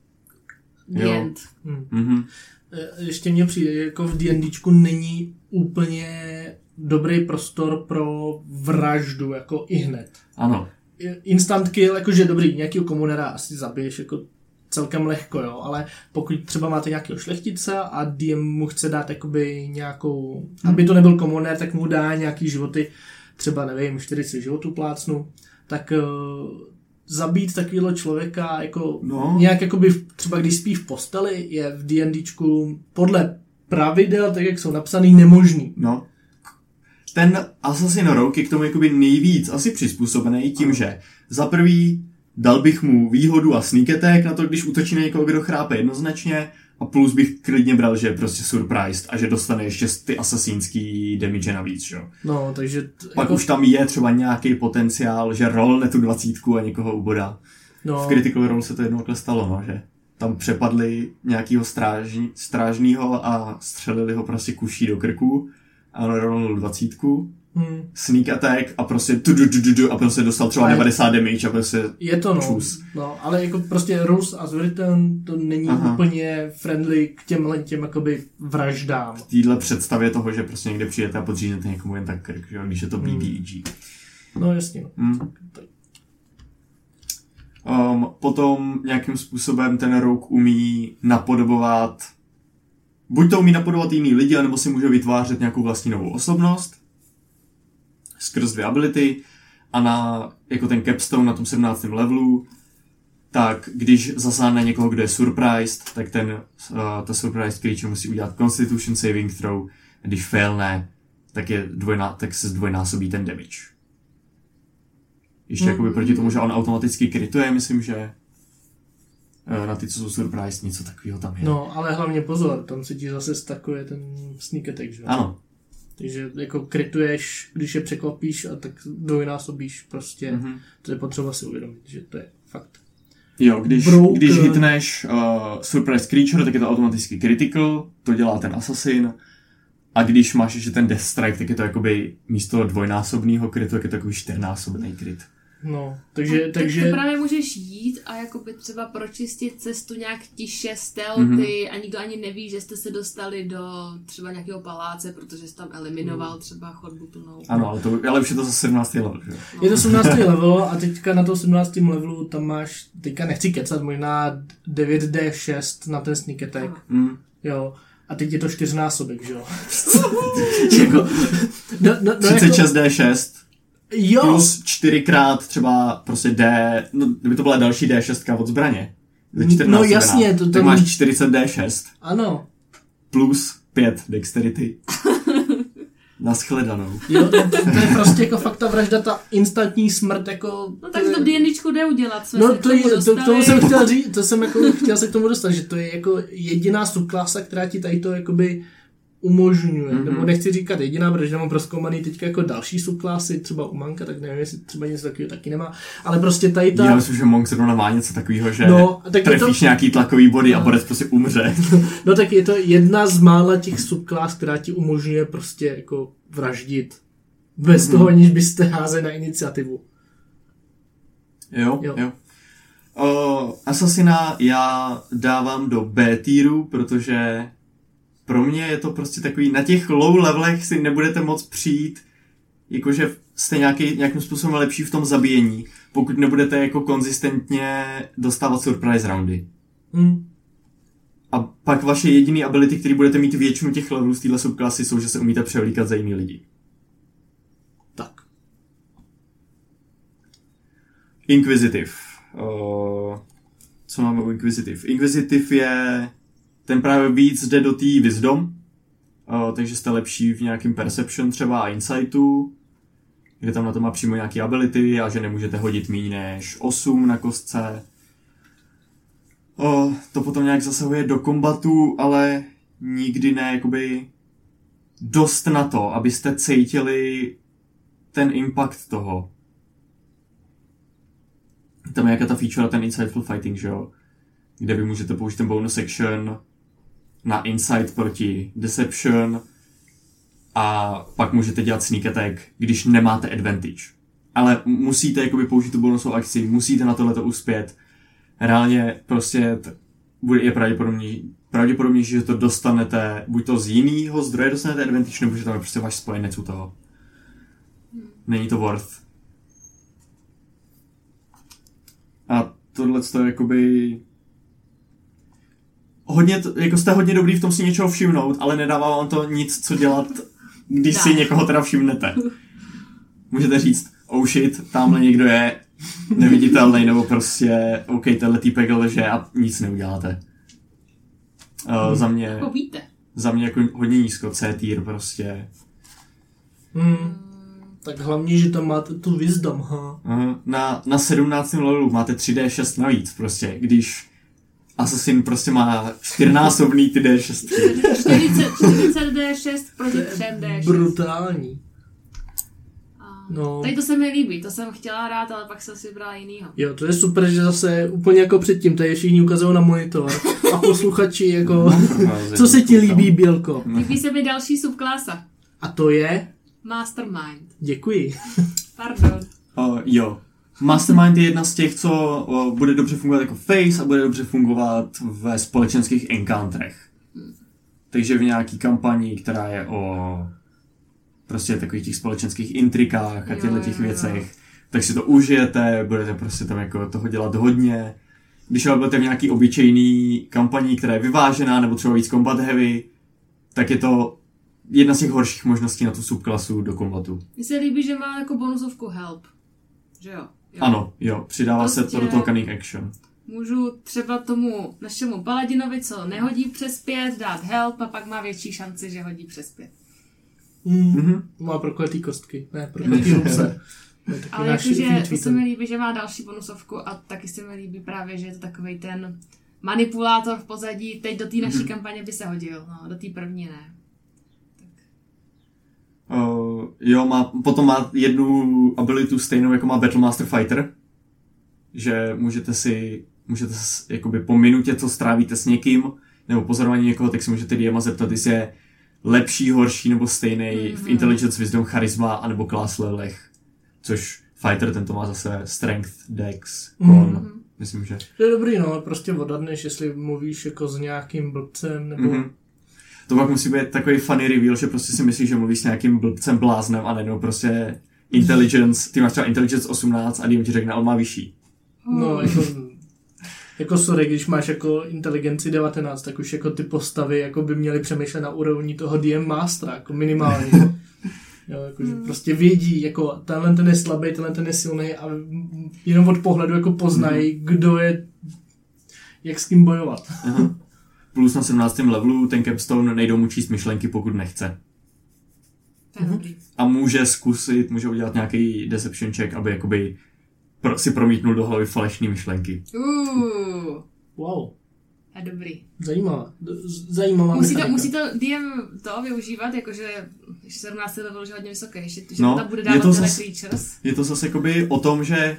The Jo. end. Hm. Mhm. E, Ještě mně přijde, že jako v D&Dčku není úplně dobrý prostor pro vraždu, jako i hned. Ano. Instant kill, jakože dobrý, nějakýho komunera asi zabiješ jako celkem lehko, jo, ale pokud třeba máte nějakého šlechtice a D M mu chce dát jakoby nějakou, hmm. aby to nebyl komunér, tak mu dá nějaký životy, třeba nevím, čtyřicet životů plácnu, tak uh, zabít takového člověka jako No. nějak jakoby v- třeba když spí v posteli, je v D&Dčku podle pravidel, tak jak jsou napsaný, nemožný. No. Ten Assassin Rogue je k tomu jakoby nejvíc asi přizpůsobený tím, že za prvý dal bych mu výhodu a sneak attack na to, když útočí na někoho, kdo chrápe jednoznačně, a plus bych klidně bral, že je prostě surprised a že dostane ještě ty asasínský damage navíc, jo. No, takže... T- Pak už tam je třeba nějaký potenciál, že rollne tu dvacítku a někoho ubodá. no, V Critical Role se to jednou takhle stalo, no, že tam přepadli nějakýho strážní, strážnýho a střelili ho prostě kuší do krku a on rollnul dvacítku, hm. sneak attack a prostě tu, tu, tu, tu, tu, a prostě dostal třeba Ale- devadesát damage a prostě Je to no, čus. no, ale jako prostě Rose as Written to není Aha. úplně friendly k těmhle těm jakoby vraždám. týhle představě toho, že prostě někde přijete a podříznete někomu jen tak krk, že jo, když je to B B E G. No jasně, no. Hmm. Um, potom nějakým způsobem ten Rogue umí napodobovat, buď to umí napodobovat jiný lidi, anebo si může vytvářet nějakou vlastní novou osobnost skrz dvě ability a na, jako ten capstone na tom sedmnáctém levelu, tak když zasáhne někoho, kdo je surprised, tak ten, uh, ta surprised creature musí udělat Constitution saving throw, a když failne, tak, je dvojná, tak se zdvojnásobí ten damage. Ještě Mm. jakoby proti tomu, že on automaticky krituje, myslím, že uh, na ty, co jsou surprised, něco takového tam je. No, ale hlavně pozor, tam se ti zase stakuje ten sneak attack, že? Ano. Takže jako krituješ, když je překvapíš a tak dvojnásobíš prostě, Mhm. to je potřeba si uvědomit, že to je fakt. Jo, když, Broken. když hitneš uh, Surprise Creature, tak je to automaticky critical, to dělá ten Assassin. A když máš ještě ten Death Strike, tak je to jakoby místo dvojnásobného krytu, tak je to takový čtyřnásobný kryt. No, takže... No, takže... Tak to právě můžeš jít a jakoby třeba pročistit cestu nějak tiše, stealthy mm-hmm. a nikdo ani neví, že jste se dostali do třeba nějakého paláce, protože jsi tam eliminoval třeba chodbu plnou. Ano, ale, to, ale už je to za sedmnáctý level, že? No. Je to sedmnáctý level a teďka na tom sedmnáctém levelu tam máš, teďka nechci kecat, možná devět dé šest na ten sneak attack. Mm. Jo. A teď je to čtyřnásobek, že jo? jako, no, no, no, třicet šest dé šest jo. plus čtyřikrát třeba prostě D, no kdyby to byla další dé šest od zbraně. No jasně. To, to tak máš čtyřicet dé šest. Ano. Plus pět dexterity. Naschledanou. Jo, to, to, to je prostě jako fakt ta vražda, ta instantní smrt, jako... No takže to DNDčku jde udělat, jsme no, se to, k tomu je, dostali. to, tomu jsem chtěl říct, to jsem jako chtěl se k tomu dostat, že to je jako jediná subklasa, která ti tady to jakoby umožňuje, mm-hmm. nebo nechci říkat jediná, protože mám prozkoumaný teďka jako další subklasy, třeba u Manka, tak nevím, jestli třeba něco takového taky nemá, ale prostě tady ta... Já myslím, že Monk zrovna má něco takového, že no, tak trefíš to... nějaký tlakový body a bodec prostě umře. No tak je to jedna z mála těch subklas, která ti umožňuje prostě jako vraždit. Bez mm-hmm. toho, aniž byste házeli na iniciativu. Jo, jo. jo. Uh, Assassina já dávám do B týru, protože pro mě je to prostě takový, na těch low levelech si nebudete moc přijít, jakože jste nějaký, nějakým způsobem lepší v tom zabíjení, pokud nebudete jako konzistentně dostávat surprise roundy. Hmm. A pak vaše jediný ability, který budete mít většinu těch levelů z téhle subklasy, jsou, že se umíte převlíkat za jiný lidi. Tak. Inquisitive. Uh, co máme u Inquisitive? Inquisitive je... Ten právě víc jde do té wisdom, uh, takže jste lepší v nějakým perception třeba a insightu, kde tam na to má přímo nějaký ability a že nemůžete hodit méně než osm na kostce. Uh, to potom nějak zasahuje do kombatu, ale nikdy ne jakoby dost na to, abyste cítili ten impact toho. Tam je jaká ta feature, ten insightful fighting, že jo? Kde vy můžete použít ten bonus action na insight proti deception a pak můžete dělat sneak attack, když nemáte advantage. Ale musíte jakoby použít tu bonusovou akci, musíte na tohleto uspět. Reálně prostě t- je pravděpodobně, pravděpodobně, že to dostanete, buď to z jinýho zdroje dostanete advantage, nebo že tam je prostě váš spojenec u toho. Není to worth. A tohle je jakoby... Hodně, to, jako jste hodně dobrý v tom si něčeho všimnout, ale nedává vám to nic, co dělat, když si někoho teda všimnete. Můžete říct, oh shit, tamhle někdo je neviditelný, nebo prostě, ok, tenhle týpek leže a nic neuděláte. Uh, hmm. Za mě... Jako víte. Za mě jako hodně nízko, C tier prostě. Hmm. Tak hlavně, že tam máte tu wisdom, ha. Uh, na, na sedmnáctém levelu máte tři dé šest navíc prostě, když Assassin prostě má čtyřnásobný ty dé šest. čtyřicet dé šest proti tři dé šest. Brutální. No. Tady to se mi líbí, to jsem chtěla hrát, ale pak jsem si vybrala jinýho. Jo, to je super, že zase úplně jako předtím, tady všichni ukazují na monitor a posluchači jako, no, co se ti líbí, Bělko? Líbí se mi další subklasa. A to je? Mastermind. Děkuji. Pardon. Uh, jo. Mastermind je jedna z těch, co uh, bude dobře fungovat jako face a bude dobře fungovat ve společenských encounterech. Hmm. Takže v nějaký kampani, která je o prostě takových těch společenských intrikách a těchto těch věcech, tak si to užijete, budete prostě tam jako toho dělat hodně. Když ale budete v nějaký obyčejný kampaní, která je vyvážená, nebo třeba víc combat heavy, tak je to jedna z těch horších možností na tu subklasu do kombatu. Mně se líbí, že má jako bonusovku help. Že jo? jo. Ano, jo, přidává prostě se to do toho cunning action. Můžu třeba tomu našemu paladinovi, co nehodí přes pět, dát help a pak má větší šanci, že hodí přes pět. Mm. Mm-hmm. Má prokletý kostky, ne prokletý ruce. Ale jakože to se mi líbí, že má další bonusovku a taky se mi líbí právě, že je to takovej ten manipulátor v pozadí, teď do té naší mm-hmm. kampaně by se hodil, no, do té první ne. Uh, jo, má, potom má jednu abilitu stejnou, jako má Battlemaster Fighter, že můžete si můžete se, jakoby po minutě, co strávíte s někým, nebo pozorování někoho, tak si můžete D M a zeptat, jestli je lepší, horší nebo stejný mm-hmm. v Intelligence, Wisdom, Charisma, anebo Class levelech. Což Fighter, tento má zase Strength, Dex, Con. Mm-hmm. Myslím, že... To je dobrý, no, prostě odhadneš, jestli mluvíš jako s nějakým blbcem, nebo... Mm-hmm. To pak musí být takový funny reveal, že prostě si myslíš, že mluvíš s nějakým blbcem bláznem a nejednou prostě Intelligence, ty máš třeba Intelligence osmnáct a D M ti řekne, on má vyšší. No, jako... Jako sorry, když máš jako inteligenci devatenáct, tak už jako ty postavy jako by měly přemýšlet na úrovni toho D M Mastera, jako minimálně. Jo, jakože hmm. prostě vědí, jako tenhle ten je slabý, tenhle ten je silný a jenom od pohledu jako poznají, hmm. kdo je, jak s kým bojovat. Aha. Plus na sedmnáctém levelu ten Capstone nejdou mu číst myšlenky, pokud nechce. Hmm. A může zkusit, může udělat nějaký deception check, aby jakoby pro, si promítnul do hlavy falešné myšlenky. Uh. Wow. A dobrý. Zajímavá. Zajímavá musí to, musí to D M to využívat, jakože ještě sedmnáctý level je hodně vysoký, ještě, že no, to tam bude dávat tyhle creatures. Je to zase jakoby o tom, že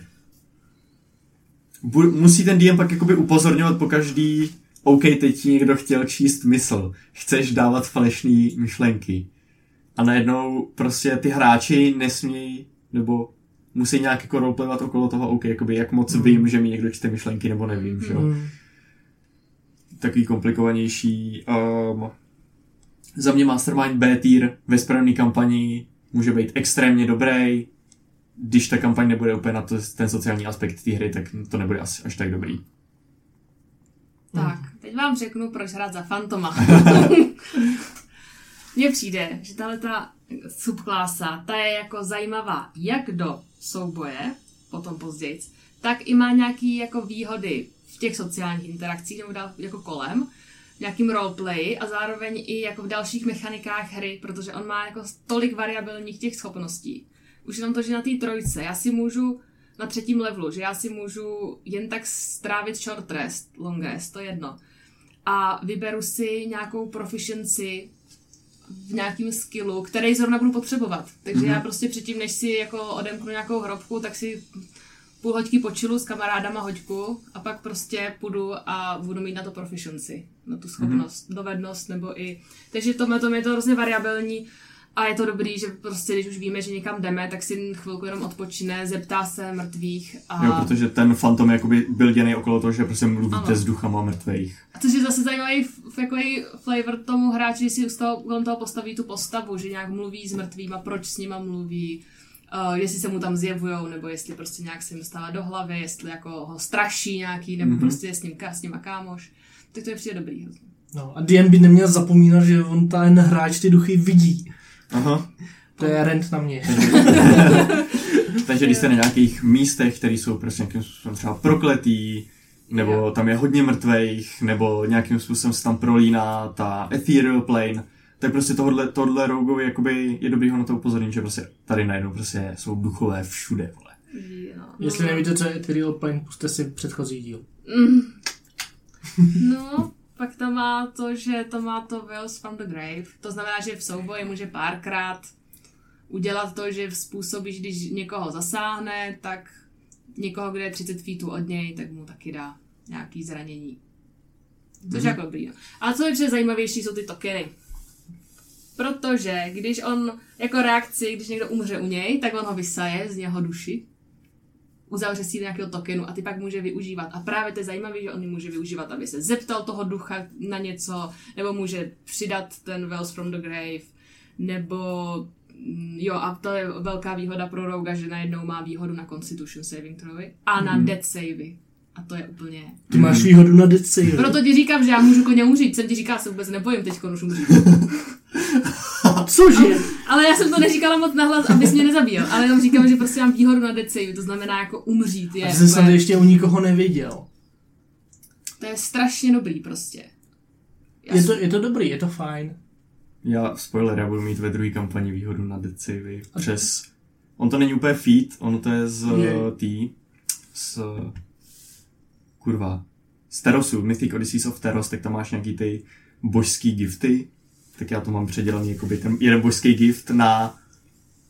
bu, musí ten D M pak jakoby upozorňovat po každý, OK, teď ti někdo chtěl číst mysl, chceš dávat falešné myšlenky. A najednou prostě ty hráči nesmějí, nebo musí nějak jako roleplayovat okolo toho, OK, jakoby jak moc mm. vím, že mi někdo čte myšlenky, nebo nevím, mm. že jo. Takový komplikovanější. Um, za mě Mastermind B tier ve správné kampani může být extrémně dobrý. Když ta kampaň nebude úplně na to, ten sociální aspekt té hry, tak to nebude asi až tak dobrý. Tak, teď vám řeknu, proč hrát za Fantoma. Mně přijde, že tahle ta subklása, ta je jako zajímavá jak do souboje, potom později, tak i má nějaký jako výhody v těch sociálních interakcích nebo dál jako kolem, v nějakým roleplay a zároveň i jako v dalších mechanikách hry, protože on má jako tolik variabilních těch schopností. Už jenom to, že na té trojce já si můžu na třetím levelu, že já si můžu jen tak strávit short rest, long rest, to je jedno. A vyberu si nějakou proficiency v nějakým skillu, který zrovna budu potřebovat. Takže mm-hmm. já prostě předtím, než si jako odemknu nějakou hrobku, tak si půl hoďky počilu s kamarádama hoďku a pak prostě půjdu a budu mít na to proficiency, na tu schopnost, mm-hmm. dovednost nebo i... Takže tohle to je to hrozně variabilní a je to dobrý, že prostě když už víme, že někam jdeme, tak si chvilku jenom odpočine, zeptá se mrtvých a... Jo, protože ten Phantom jakoby byl děný okolo toho, že prostě mluvíte ano. s duchama mrtvých. A což je zase zajímavý takový flavor tomu hráči, že si z toho, kolem toho postaví tu postavu, že nějak mluví s mrtvýma, proč s nima mluví, Uh, jestli se mu tam zjevujou, nebo jestli prostě nějak se jim dostává do hlavy, jestli jako ho straší nějaký, nebo mm-hmm. prostě je s ním, s ním a kámoš. Tak to je přijde dobrý. No a D M by neměl zapomínat, že on ten hráč ty duchy vidí. Aha. To je rent na mě. Takže když jste na nějakých místech, které jsou prostě nějakým způsobem třeba prokletý, nebo yeah. tam je hodně mrtvejch, nebo nějakým způsobem se tam prolíná ta ethereal plane, tak prostě tohle, tohle Rogueovi jakoby je dobrý ho na to upozornit, že prostě tady najednou prostě jsou duchové všude, vole. No, Jestli nevíte, co je Ethereal Plane, puste si předchozí díl. Mm. No, pak to má to, že to má to Veils from the Grave. To znamená, že v souboji může párkrát udělat to, že způsobí, když někoho zasáhne, tak někoho, kde je třicet feetů od něj, tak mu taky dá nějaký zranění. Což mm. jako dobrý. A co je přece zajímavější, jsou ty tokeny. Protože když on jako reakci, když někdo umře u něj, tak on ho vysaje z něho duši, uzavře si nějakého tokenu a ty pak může využívat. A právě to je zajímavé, že on ji může využívat, aby se zeptal toho ducha na něco, nebo může přidat ten Veils from the Grave, nebo jo, a to je velká výhoda pro Roga, že najednou má výhodu na Constitution saving throwy a na mm. Death savey. A to je úplně... Ty máš výhodu na Death savey. Proto ti říkám, že já můžu koně umřít. Jsem ti říkal, se vůbec nebojím, teďko už umřít. Cože? Ale, ale já jsem to neříkala moc nahlas, abys mě nezabíjel. Ale jenom říkám, že prostě mám výhodu na Death savey, to znamená jako umřít. Je, a ty jsi snad ještě u nikoho neviděl. To je strašně dobrý prostě. Je to, je to dobrý, je to fajn. Já, spoiler, já budu mít ve druhé kampani výhodu na Death savey. Přes... On to není úplně feat, ono to je z tý... z... kurva... z Terosu, Mythic Odysseys of Teros, tak tam máš nějaký ty božský gifty, tak já to mám předělaný, jakoby ten jeden božský gift na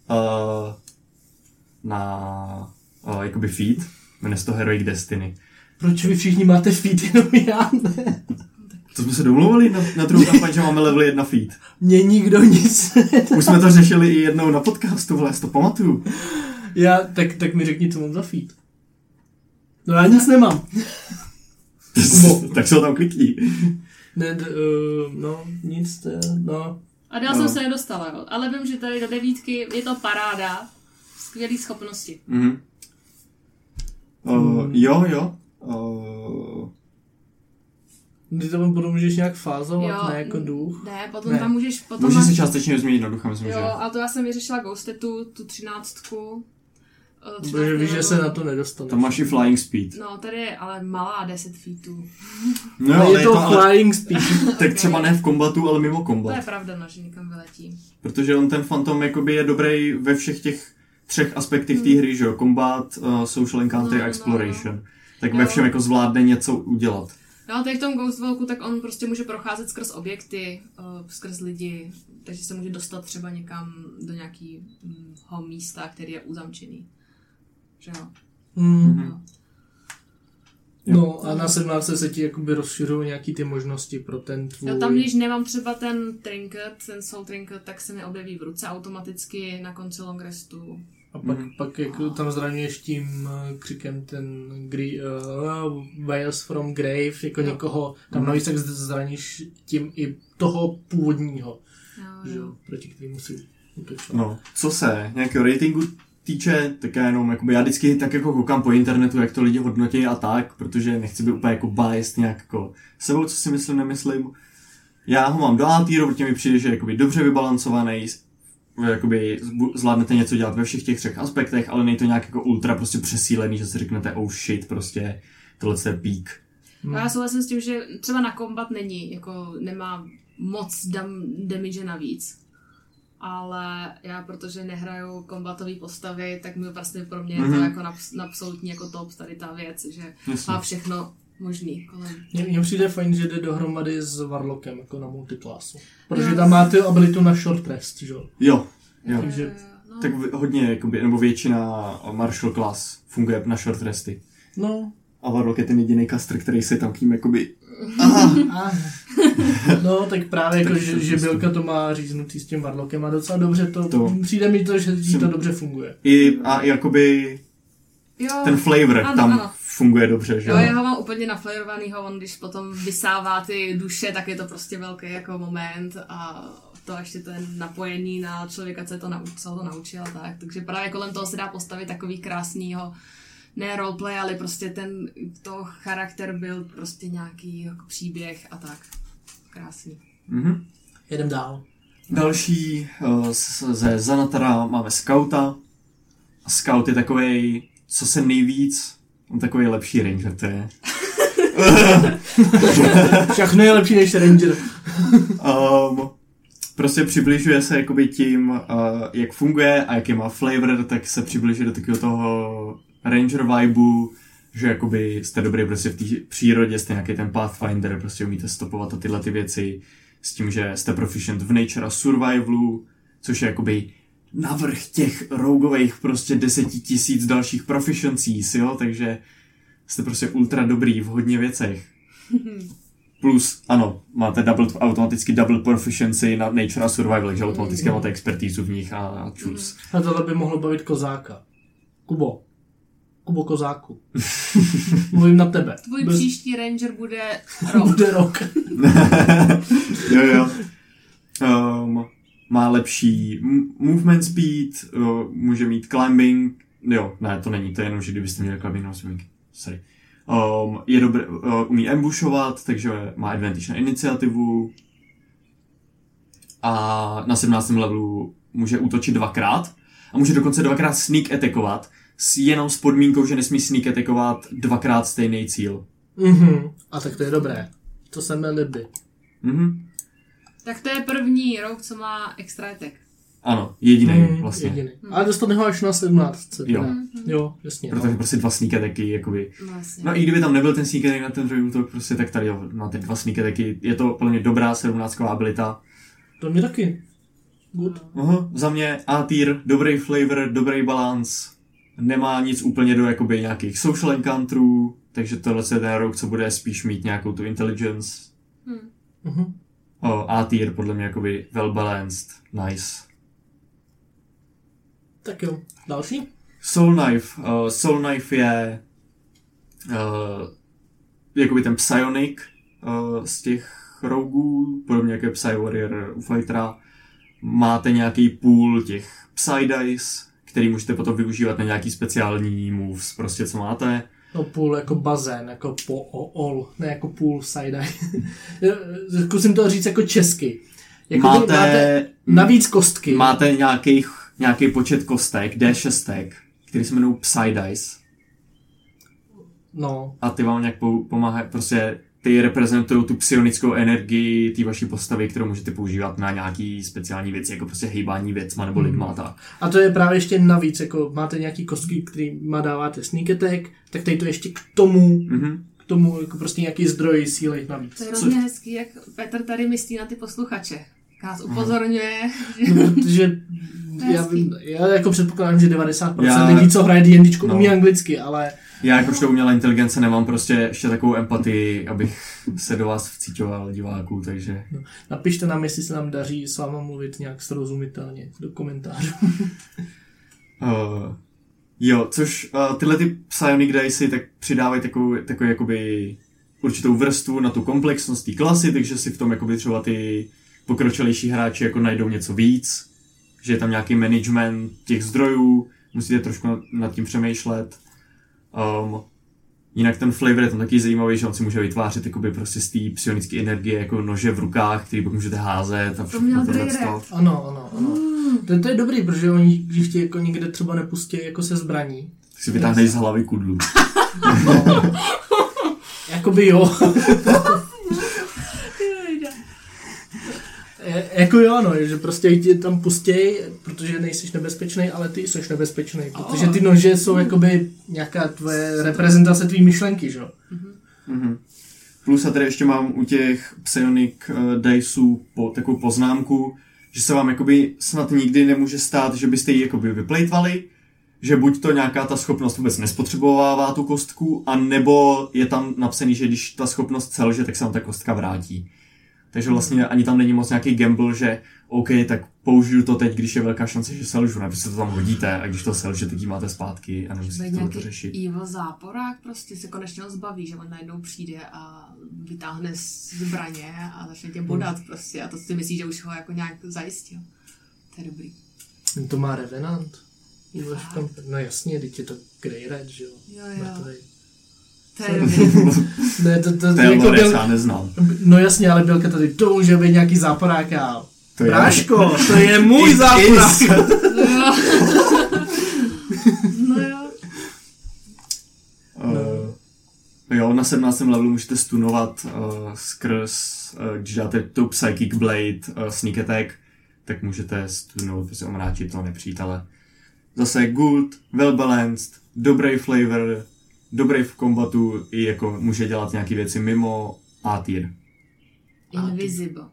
uh, na uh, jakoby feat, jmenuje se to Heroic Destiny. Proč vy všichni máte feed, jenom já ne? To jsme se domluvili na, na druhou kampaň, že máme level jedna feed. Mně nikdo nic. Už jsme to řešili i jednou na podcastu, vole, to pamatuju. Já, tak, tak mi řekni, co mám za feed. No já nic nemám. Tak se ho tam klikni. Ne, d, uh, no, nic, to je, no. A dál no. jsem se nedostala, jo. Ale vím, že tady do devítky je to paráda. Skvělý schopnosti. Mm. Uh, jo, jo. Uh... Ty to potom můžeš nějak fázovat, Jo, ne jako duch. Ne, potom Ne. tam můžeš... Potom Můžeš máš, si částečně změnit na ducha, myslím, jo, že. a to já jsem vyřešila Ghostetu, tu třináctku. eh, Protože víš, že se na to nedostaneš. Tam máš i flying speed. No, tady je ale malá deset feetů. No, ale je to ale, flying speed. tak třeba ne v kombatu, ale mimo To kombat. je pravda, no, že někam vyletí. Protože on ten Phantom jakoby je dobrý ve všech těch třech aspektech té hry, že jo? Combat, uh, social encounter No, a no, exploration. Tak Jo. ve všem jako zvládne něco udělat. No, tady v tom Ghost Walku, tak on prostě může procházet skrz objekty, uh, skrz lidi, takže se může dostat třeba někam do nějakého místa, který je uzamčený. Že jo? Hmm. No. No a na sedmnáctce se ti jakoby rozšiřují nějaký ty možnosti pro ten tvůj... Já tam, když nemám třeba ten trinket, ten soul trinket, tak se mi objeví v ruce automaticky na konci long restu. A pak, Mhm. pak jako tam zraňuješ tím uh, křikem ten gri, uh, Wales from Grave, jako Jo. někoho, tam Mhm. navíc tak zraníš tím i toho původního, Jo, že jo. jo, proti kterému si útočil. No, co se nějakého ratingu týče, tak já jenom, jakoby, já vždycky tak jako koukám po internetu, jak to lidi hodnotí a tak, protože nechci být úplně jako biased nějak jako sebou, co si myslím, nemyslím. Já ho mám do A tier, protože mi přijde, že je jakoby dobře vybalancovaný, jakoby zvládnete něco dělat ve všech těch třech aspektech, ale není to nějak jako ultra prostě přesílený, že si řeknete oh shit, prostě tohle je peak. Hmm. A já souhlasím s tím, že třeba na kombat není, jako nemá moc dam, damage navíc. Ale já, protože nehraju kombatové postavy, tak mi vlastně pro mě je to Mhm. jako na, na absolutní jako top tady ta věc, že Jasně. má všechno možný kolem. Mně mně přijde fajn, že jde dohromady s Warlockem, jako na multiklasu. Protože Jo. tam máte abilitu na short rest, že jo. Jo, jo. Takže- no, Tak v- hodně, jakoby, nebo většina martial class funguje na short resty. No, A Warlock je ten jediný caster, který si tam k ním jakoby... Aha. a, no tak právě jako, Tak že, to že prostě- Bylka to má říznutý s tím Warlockem a docela dobře to, To- přijde mi to, že jí to Jsem- dobře funguje. I, a i jakoby jo, ten flavor ano, tam ano. funguje dobře, že Jo, já ho mám úplně naflairovanýho, on když potom vysává ty duše, tak je to prostě velký jako moment a to ještě to je napojený na člověka, co, je to nau, co ho to naučil a tak. Takže právě kolem toho se dá postavit takový krásnýho, ne roleplay, ale prostě ten to charakter byl prostě nějaký jako příběh a tak. Krásný. Mhm. Jedem dál. Další uh, z- ze Zanatara máme Scouta. A Scout je takovej, co se nejvíc, on takový lepší ranger, to je. Všechno je lepší než Ranger. Um, prostě přibližuje se jakoby tím, uh, jak funguje a jaký má flavor, tak se přibližuje do takového toho ranger vibeu, že jakoby jste dobrý prostě v té přírodě, jste nějaký ten pathfinder, prostě umíte stopovat a tyhle ty věci, s tím, že jste proficient v nature a survivalu, což je jakoby navrch těch roguových prostě deseti tisíc dalších proficiencies, jo, takže jste prostě ultra dobrý v hodně věcech. Plus, ano, máte double, automaticky double proficiency na nature a survival, takže automaticky máte expertízu v nich a, a čus. A tohle by mohlo bavit Kozáka. Kubo. Kubo Kozáku. Mluvím na tebe. Tvůj Bez- příští ranger bude rok. Bude rok. Jo, jo. Um, má lepší m- movement speed, uh, může mít climbing, jo, ne, to není, to je jenom, že kdybyste měli climbing, no, swimming, sorry. Um, je dobrý, uh, umí ambushovat, takže má advantage na iniciativu a na sedmnáctém levelu může útočit dvakrát a může dokonce dvakrát sneak attackovat, s, jenom s podmínkou, že nesmí sneak attackovat dvakrát stejný cíl. Mhm. A tak to je dobré. To se mi líbí. Mhm. Tak to je první rok, co má extra attack. Ano, jediný Mhm, vlastně. Jediný. Ale dostane ho až na sedmnáct. Jo. teda. Jo, jasně. Protože No. prostě dva sneak attacky, jakoby. No, vlastně. No i kdyby tam nebyl ten sneak attack na ten druhý útok, prostě tak tady jo, máte dva sneak attacky. Je to plně dobrá sedmnáctková abilita. To mě taky. Good. Aha, za mě A tier, dobrý flavor, dobrý balance. Nemá nic úplně do jakoby nějakých social encounterů, takže tohle je ten rogue, co bude spíš mít nějakou tu intelligence. Hmm. Uh-huh. O, A tier podle mě jakoby well balanced, nice. Tak jo, další? Soul Knife. Uh, Soul Knife je uh, jakoby ten psionic uh, z těch rougů, podobně jako je Psy Warrior u Fightera. Máte nějaký pool těch Psy dice, který můžete potom využívat na nějaký speciální moves, prostě co máte. No půl jako bazén, jako po o, all, ne jako půl side-eye. Zkusím to říct jako česky. Jako máte, máte navíc kostky. Máte nějaký, nějaký počet kostek, D šest, který se jmenují Psy dice. No. A ty vám nějak pomáhají, prostě ty reprezentují tu psionickou energii té vaší postavy, kterou můžete používat na nějaký speciální věci, jako prostě hejbání věcma nebo lidma. Hmm. Tak. A to je právě ještě navíc, jako máte nějaký kostky, kterýma dáváte sneak attack, tak tady to ještě k tomu, mm-hmm. k tomu jako prostě nějaký zdroj síly navíc. To je hrozně hezký, jak Petr tady myslí na ty posluchače. Nás upozorňuje. No, protože já, já jako předpokládám, že devadesát procent já, lidí, co hraje D and D, no. umí anglicky, ale... Já jakožto umělá inteligence nemám prostě ještě takovou empatii, abych se do vás vcíťoval diváků, takže... No, napište nám, jestli se nám daří s váma mluvit nějak srozumitelně do komentářů. uh, jo, což uh, tyhle ty Psionic Dice tak přidávají takovou, takovou jakoby určitou vrstvu na tu komplexnost té klasy, takže si v tom jakoby třeba ty pokročilejší hráči jako najdou něco víc, že je tam nějaký management těch zdrojů, musíte trošku nad, nad tím přemýšlet. Um, jinak ten flavor je tam taky zajímavý, že on si může vytvářet jakoby prostě z té psionické energie jako nože v rukách, který pak můžete házet a všechno tohle to. Ano, ano, ano. Mm. To, to je dobrý, protože oni, když tě jako někde třeba nepustí jako se zbraní. Tak si vytáhneš z hlavy kudlu. No. Jakoby jo. Jako jo, no, že prostě tě tam pustěj, protože nejsiš nebezpečný, ale ty jsi nebezpečný, protože ty nože jsou jakoby nějaká tvoje reprezentace tvý myšlenky, že jo. Mm-hmm. Plus já tady ještě mám u těch Psionic uh, Diceů po, takovou poznámku, že se vám jakoby snad nikdy nemůže stát, že byste ji jakoby vyplejtvali, že buď to nějaká ta schopnost vůbec nespotřebovává tu kostku, a nebo je tam napsaný, že když ta schopnost selže, tak se vám ta kostka vrátí. Takže vlastně ani tam není moc nějaký gamble, že OK, tak použiju to teď, když je velká šance, že selžu, nebo se to tam hodíte, a když to selže, tak ji máte zpátky a nemusíte to řešit. Evil záporák prostě se konečně ho zbaví, že on najednou přijde a vytáhne zbraně a začne tě bodat prostě, a to si myslí, že už ho jako nějak zajistil. To je dobrý. To má Revenant. No jasně, teď je to Grey Red, že jo? Jo, jo. Mrtvej. To je dobrý. Ne, to, to, to je jako Lorec, já neznám. No jasně, ale Bělka tady, to může být nějaký záporák a... To je... Bráško, to je můj záporák. No jo. Uh, jo, na sedmnáctém levelu můžete stunovat uh, skrz, uh, když dáte tu Psychic Blade, uh, Sneak Attack, tak můžete stunovat, prostě omráčit toho nepřítele. Zase good, well balanced, dobrý flavor, dobrý v kombatu, i jako může dělat nějaké věci mimo A tier. Invisible.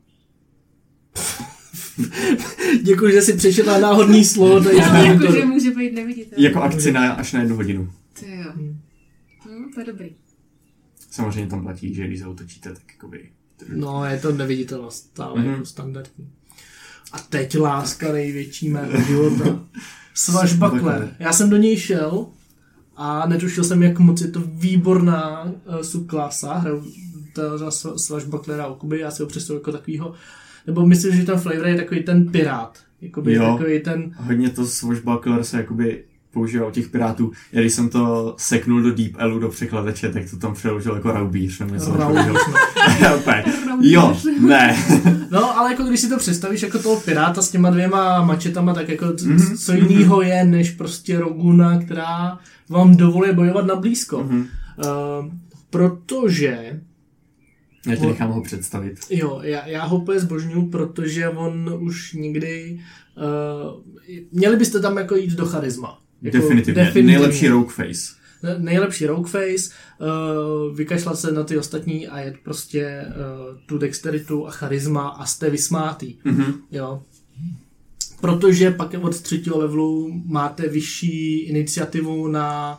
Děkuji, že jsi přečetla náhodný slovo. Jako, že může být neviditelný. Jako akci na, až na jednu hodinu. To jo. No, to je dobrý. Samozřejmě tam platí, že když zautočíte, tak jakoby... No, je to neviditelnost, stále mm-hmm. jako standardní. A teď láska největší mého života. Swashbuckler. Já jsem do něj šel a netušil jsem, jak moc je to výborná uh, subklasa. Hraju za Swashbucklera Okuby, já si ho představuji jako takovýho, nebo myslím, že ten flavor je takový ten pirát. Jakoby jo, takový ten... hodně to Swashbuckler se jakoby používá u těch pirátů. Já když jsem to seknul do Deep Elu do překladače, tak to tam přeložil jako raubíř. Raubíř, jo, ne. No, ale jako když si to představíš jako toho piráta s těma dvěma mačetama, tak jako mm-hmm. co jiného je, než prostě Roguna, která vám dovolí bojovat na blízko. Mm-hmm. Uh, protože... Já ti nechám ho představit. Jo, já, já ho úplně zbožňuju, protože on už nikdy... Uh, měli byste tam jako jít do charisma. Jako definitivně. definitivně. Nejlepší rogue face. Nejlepší rogue face, uh, vykašlat se na ty ostatní a jet prostě uh, tu dexteritu a charisma a jste vysmátý. Mm-hmm. Jo. Protože pak od třetího levelu máte vyšší iniciativu na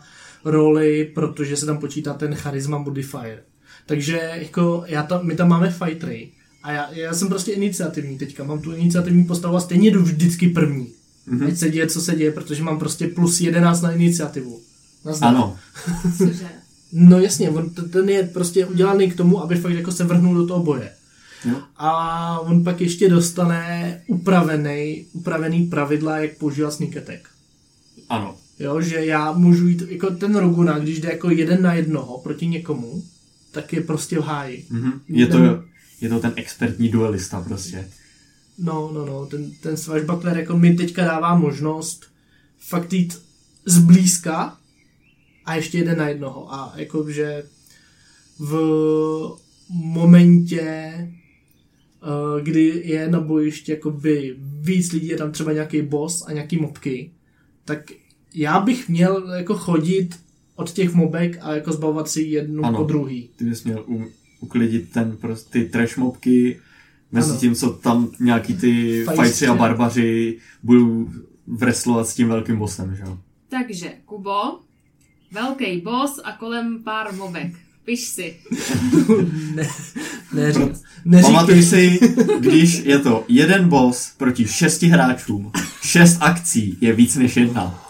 roli, protože se tam počítá ten charisma modifier. Takže jako já tam, my tam máme fightery a já, já jsem prostě iniciativní teďka, mám tu iniciativní postavu a stejně jdu vždycky první. Mm-hmm. Ať se děje, co se děje, protože mám prostě plus jedenáct na iniciativu. Nazdar. Ano. Cože? No jasně, on, ten je prostě udělaný k tomu, aby fakt jako se vrhnul do toho boje. Jo. A on pak ještě dostane upravený, upravený pravidla, jak používat sneak attack. Ano. Jo, že já můžu jít, jako ten Roguna, když jde jako jeden na jednoho proti někomu, tak je prostě v háji. Mm-hmm. Je, to, je to ten expertní duelista prostě. No, no, no, ten, ten Swashbuckler jako mi teďka dává možnost fakt jít zblízka a ještě jeden na jednoho. A jakože v momentě, kdy je na bojišti jakoby víc lidí, je tam třeba nějaký boss a nějaký mobky, tak já bych měl jako chodit od těch mobek a jako zbavovat si jednu ano, po druhý. Ty bys měl u, uklidit ten prostě ty trash mobky, mezi ano. tím, co tam nějaký ty fajtři a barbaři budou wrestlovat s tím velkým bossem, že jo? Takže, Kubo, velký boss a kolem pár mobek. Piš si. ne, neřík, neříkej. Pamatuj si, když je to jeden boss proti šesti hráčům, šest akcí je víc než jedna.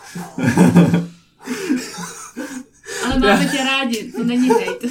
Ale máme tě rádi, to není hejt.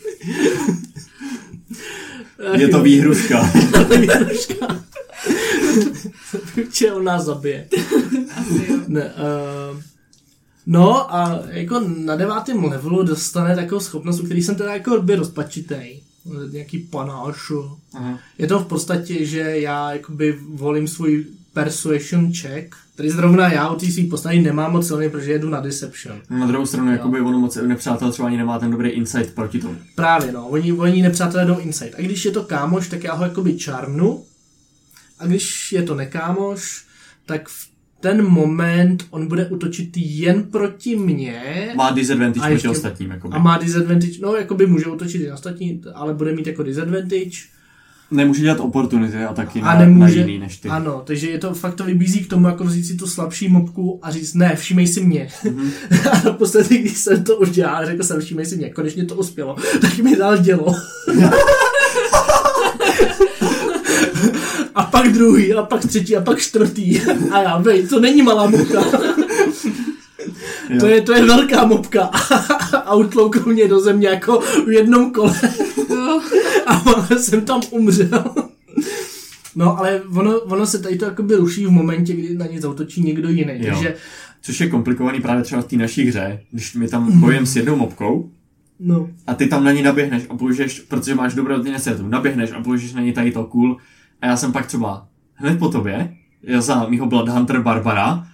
Je to výhruška. Výhruška. Určitě on nás zabije. Asi jo. Ne, uh, no a jako na devátém levelu dostane takovou schopnost, u který jsem teda jako by rozpačitej. Nějaký panáš. Aha. Je to v podstatě, že já jakoby volím svůj persuasion check, který zrovna já od té svý postavy nemám moc silný, protože jedu na deception. Na druhou stranu, jakoby ono moc nepřátel třeba ani nemá ten dobrý insight proti tomu. Právě no, oni, oni nepřátelé jdou insight. A když je to kámoš, tak já ho jakoby charmnu. A když je to nekámoš, tak v ten moment on bude útočit jen proti mně. Má disadvantage proti ještě, ostatním. Jakoby. A má disadvantage, no jakoby může útočit i na ostatní, ale bude mít jako disadvantage. Nemůže dělat opportunity a taky a na, nemůže, na jiný než ty. Ano, takže je to fakt to vybízí k tomu, jako vzít si tu slabší mobku a říct, ne, všímej si mě. Mm-hmm. A naposledy, když jsem to udělal, řekl jsem, všímej si mě, konečně to uspělo, tak mi dal dělo. A pak druhý, a pak třetí, a pak čtvrtý. A já, vej, to není malá mobka. To je, to je velká mobka. A utloukl mě do země jako v jednom kole. A jsem tam umřel. No, ale ono, ono se tady to jakoby ruší v momentě, kdy na ně zautočí někdo jiný. Takže... Což je komplikovaný právě třeba v té naší hře, když my tam bojem s jednou mobkou, no. A ty tam na ní naběhneš a použiješ, protože máš dobrou iniciativu, naběhneš a použiješ na ní tady to cool. A já jsem pak třeba hned po tobě, já za mýho Bloodhunter Barbara,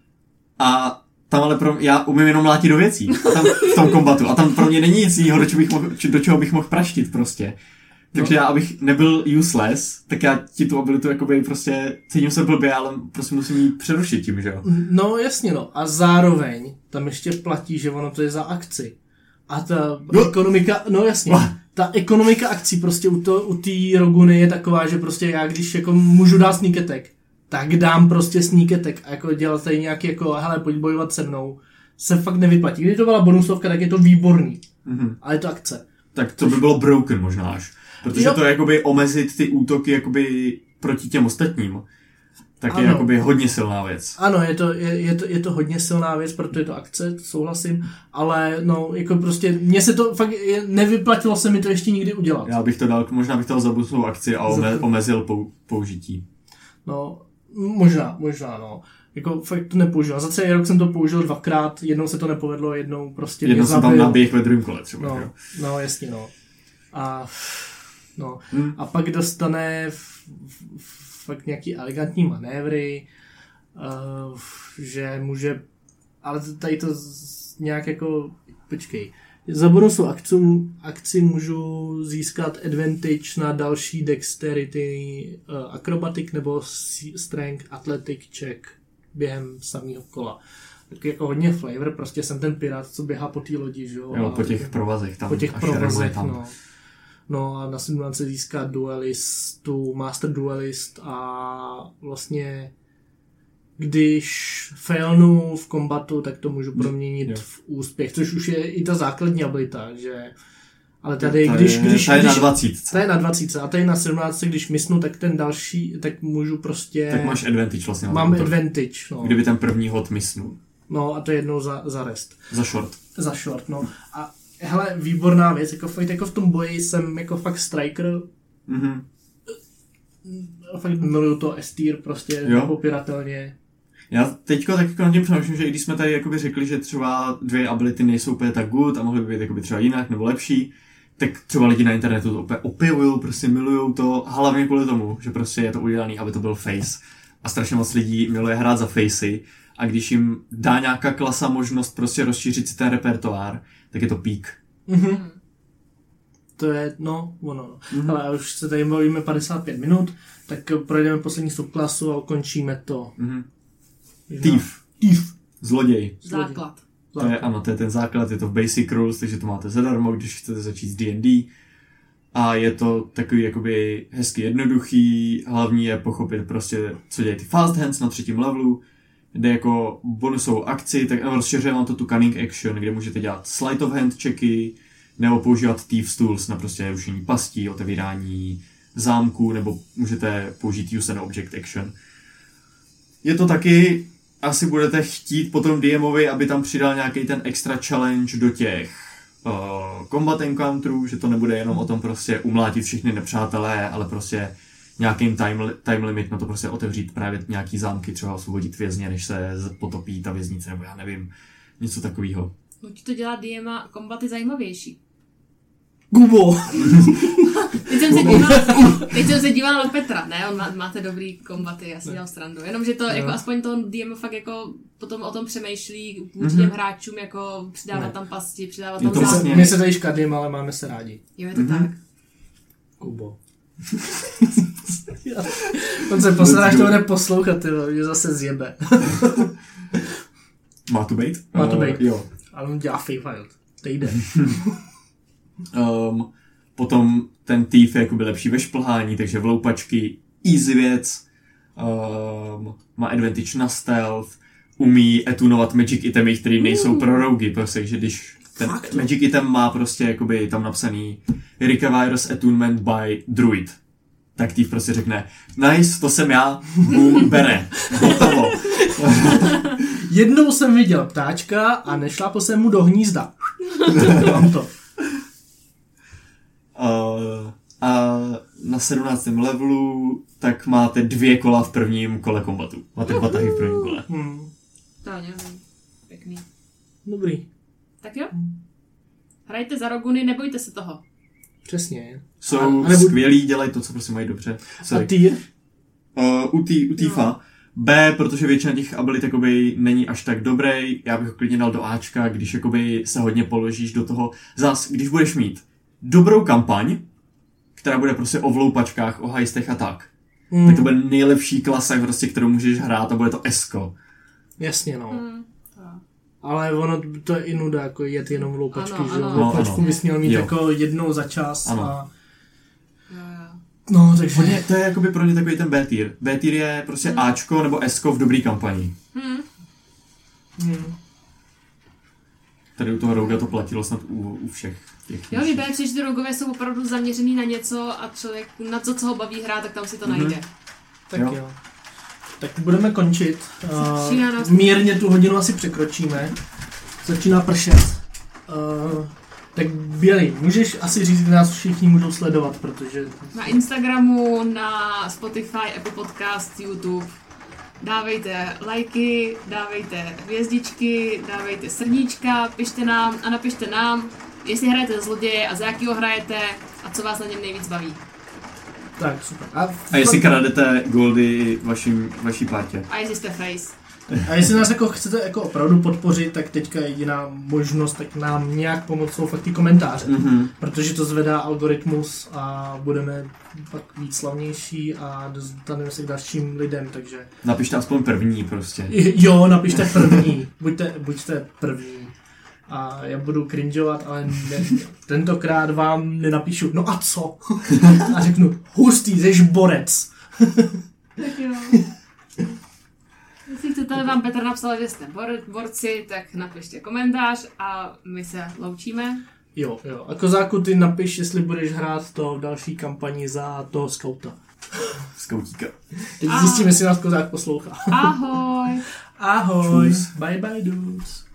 a tam ale pro, já umím jenom mlátit do věcí tam, v tom kombatu. A tam pro mě není nic jiného, do, čeho bych mohl, do čeho bych mohl praštit prostě. Takže no. Já, abych nebyl useless, tak já ti tu abilitu jakoby prostě cítím se blbě, ale prostě musím jí přerušit tím, že jo? No jasně no. A zároveň tam ještě platí, že ono to je za akci. A ta no. ekonomika, no jasně, no. Ta ekonomika akcí prostě u, to, u té Roguny je taková, že prostě já když jako můžu dát sneak attack, tak dám prostě sneak attack a jako dělat tady nějaký jako, hele, pojď bojovat se mnou, se fakt nevyplatí. Když to byla bonusovka, tak je to výborný, mm-hmm. ale je to akce. Tak to by bylo broken možná až, protože jo. To je jakoby omezit ty útoky jakoby proti těm ostatním. Tak je jakoby hodně silná věc. Ano, je to, je, je, to, je to hodně silná věc, protože je to akce, souhlasím, ale no, jako prostě, mně se to fakt, nevyplatilo se mi to ještě nikdy udělat. Já bych to dal, možná bych dal za bonusovou akci a ome, omezil pou, použití. No, možná, možná, no. Jako fakt to nepoužil. Za celý rok jsem to použil dvakrát, jednou se to nepovedlo, jednou prostě jednou jsem tam naběh ve druhém kole třeba. No, jo. no jasně, no. A, no. Hmm. A pak dostane v, v, fakt nějaký elegantní manévry, uh, že může, ale tady to z, nějak jako, počkej, za bonusovou akci, akci můžu získat advantage na další dexterity, uh, acrobatic nebo strength athletic check během samého kola. Tak jako hodně flavor, prostě jsem ten pirát, co běhá po té lodi, že jo? Jo, po těch provazech tam. Po těch provazech, tam. no. No a na simulaci získá duelistu, master duelist a vlastně když failnu v kombatu, tak to můžu proměnit jo. v úspěch, což už je i ta základní abilita, že... Ale tady, ta když... je, když ta je když, na dvacítce. Ta je na dvacítce a tady na sedmnáctce, když misnu, tak ten další, tak můžu prostě... Tak máš advantage vlastně. Mám advantage, no. Kdyby ten první hod misnul. No a to je jednou za, za rest. Za short. Za short, no. A hele, výborná věc, jako fakt jako v tom boji jsem jako fakt striker. Mhm. Fakt miluju to S-tier prostě nepopiratelně. Já teďko tak jako na tím přemýšlím, že i když jsme tady jakoby řekli, že třeba dvě ability nejsou úplně tak good a mohly by být jakoby třeba jinak nebo lepší, tak třeba lidi na internetu to úplně opěvují, prostě milujou to, hlavně kvůli tomu, že prostě je to udělané, aby to byl face. A strašně moc lidí miluje hrát za facey a když jim dá nějaká klasa možnost prostě rozšířit si ten repertoár, tak je to peak. Mhm. To je, no, ono. Mm-hmm. Ale už se tady bavíme padesát pět minut, tak projdeme poslední subklasu a ukončíme to. Mm-hmm. Thief. Thief. Zloděj. Základ. To je, ano, to je ten základ, je to v Basic Rules, takže to máte zadarmo, když chcete začít s D and D. A je to takový jakoby hezky jednoduchý, hlavní je pochopit prostě, co dělají ty fast hands na třetím levelu, kde jako bonusovou akci, tak rozšiřuje vám to tu cunning action, kde můžete dělat sleight of hand checky, nebo používat Thief's Tools na prostě rušení pastí, otevírání zámků, nebo můžete použít use an object action. Je to taky, asi budete chtít potom D Movi, aby tam přidal nějaký ten extra challenge do těch uh, combat encounterů, že to nebude jenom o tom prostě umlátit všechny nepřátelé, ale prostě nějakým time, time limit na to prostě otevřít právě nějaký zámky, třeba osvobodit vězně, než se potopí ta věznice, nebo já nevím, něco takového. Buď to dělá D M a kombaty zajímavější. Gubo! Teď jsem se dívala, teď jsem se dívala do Petra, ne? On má, máte dobrý kombaty, já si dělal srandu. Jenomže to, jako aspoň to D M fakt jako potom o tom přemýšlí vůči těm hráčům, jako přidávat ne. tam pasti, přidávat tam zámky. My se tady škadím, ale máme se rádi. Jo, je to mm-hmm. tak. Gubo. On se posledná, až to bude poslouchat, tyvo, mě zase zjebe. Má to být? Má to být. Uh, jo. Ale on dělá Feywild. To jde. um, potom ten Thief je jakoby lepší ve šplhání, takže vloupačky, easy věc, um, má advantage na stealth, umí etunovat magic itemy, které nejsou pro roguey, prostě, že když ten Fakt, magic item má prostě jakoby tam napsaný Requires attunement by druid, tak Thief prostě řekne nice, to jsem já, boom, bere, hotovo. Jednou jsem viděl ptáčka a nešlápl jsem mu do hnízda. Mám to. Uh, a na sedmnáctém levelu tak máte dvě kola v prvním kole kombatu. Máte dva tahy v prvním kole. Hmm. To nevím. Pěkný. Dobrý. Tak jo. Hrajte za Roguny, nebojte se toho. Přesně. Jsou nebudu... skvělí, dělají to, co prostě mají dobře. Sorry. A ty? Uh, u tý, u Thiefa. B, protože většina těch abilit jakoby není až tak dobrý, já bych ho klidně dal do Ačka, když jakoby se hodně položíš do toho. Zas, když budeš mít dobrou kampaň, která bude prostě o vloupačkách, o hajstech a tak, mm. tak to bude nejlepší klasa, prostě, kterou můžeš hrát a bude to esko. Jasně, no. Mm. Ale ono, to je i nuda, jako jet jenom vloupačky, ano, že ano. vloupačku no, bys měl mít jo. jako jednou za čas ano. a... Jo, jo. No, takže... Hodně, to je jakoby pro ně takový ten B-tier. B-tier je prostě hmm. Ačko nebo Sko v dobrý kampani. Hmm. Hmm. Tady u toho Rouga to platilo snad u, u všech těch. Jo, vypadá, že ty Rougové jsou opravdu zaměřený na něco a člověk na co, co ho baví hrát, tak tam si to mm-hmm. najde. Tak jo. jo. Tak budeme končit. Uh, nás... Mírně tu hodinu asi překročíme. Začíná pršet. Uh, tak Bělý, můžeš asi říct, kde nás všichni můžou sledovat, protože... Na Instagramu, na Spotify, Apple Podcast, YouTube. Dávejte lajky, dávejte hvězdičky, dávejte srdíčka, pište nám a napište nám, jestli hrajete za zloděje a za jakýho hrajete a co vás na něm nejvíc baví. Tak, super. A, a jestli kradete goldy vašim, vaší partě. A jestli jste face. A jestli nás jako chcete jako opravdu podpořit, tak teďka je jediná možnost, tak nám nějak pomoct jsou fakt ty komentáře. Mm-hmm. Protože to zvedá algoritmus a budeme pak víc slavnější a dostaneme se k dalším lidem, takže... Napište aspoň první prostě. Jo, napište první. Buďte, buďte první. A já budu cringeovat, ale ne, tentokrát vám nenapíšu, no a co? A řeknu, hustý, jsi borec. Tak jo. Jestli chcete-li vám Petr napsal, že jste bor, borci, tak napište komentář a my se loučíme. Jo, jo. A Kozáku, ty napiš, jestli budeš hrát to v další kampani za toho skauta. Skautíka. Teď zjistíme, jestli nás Kozák poslouchá. Ahoj. Ahoj. Čus. Bye bye dudes.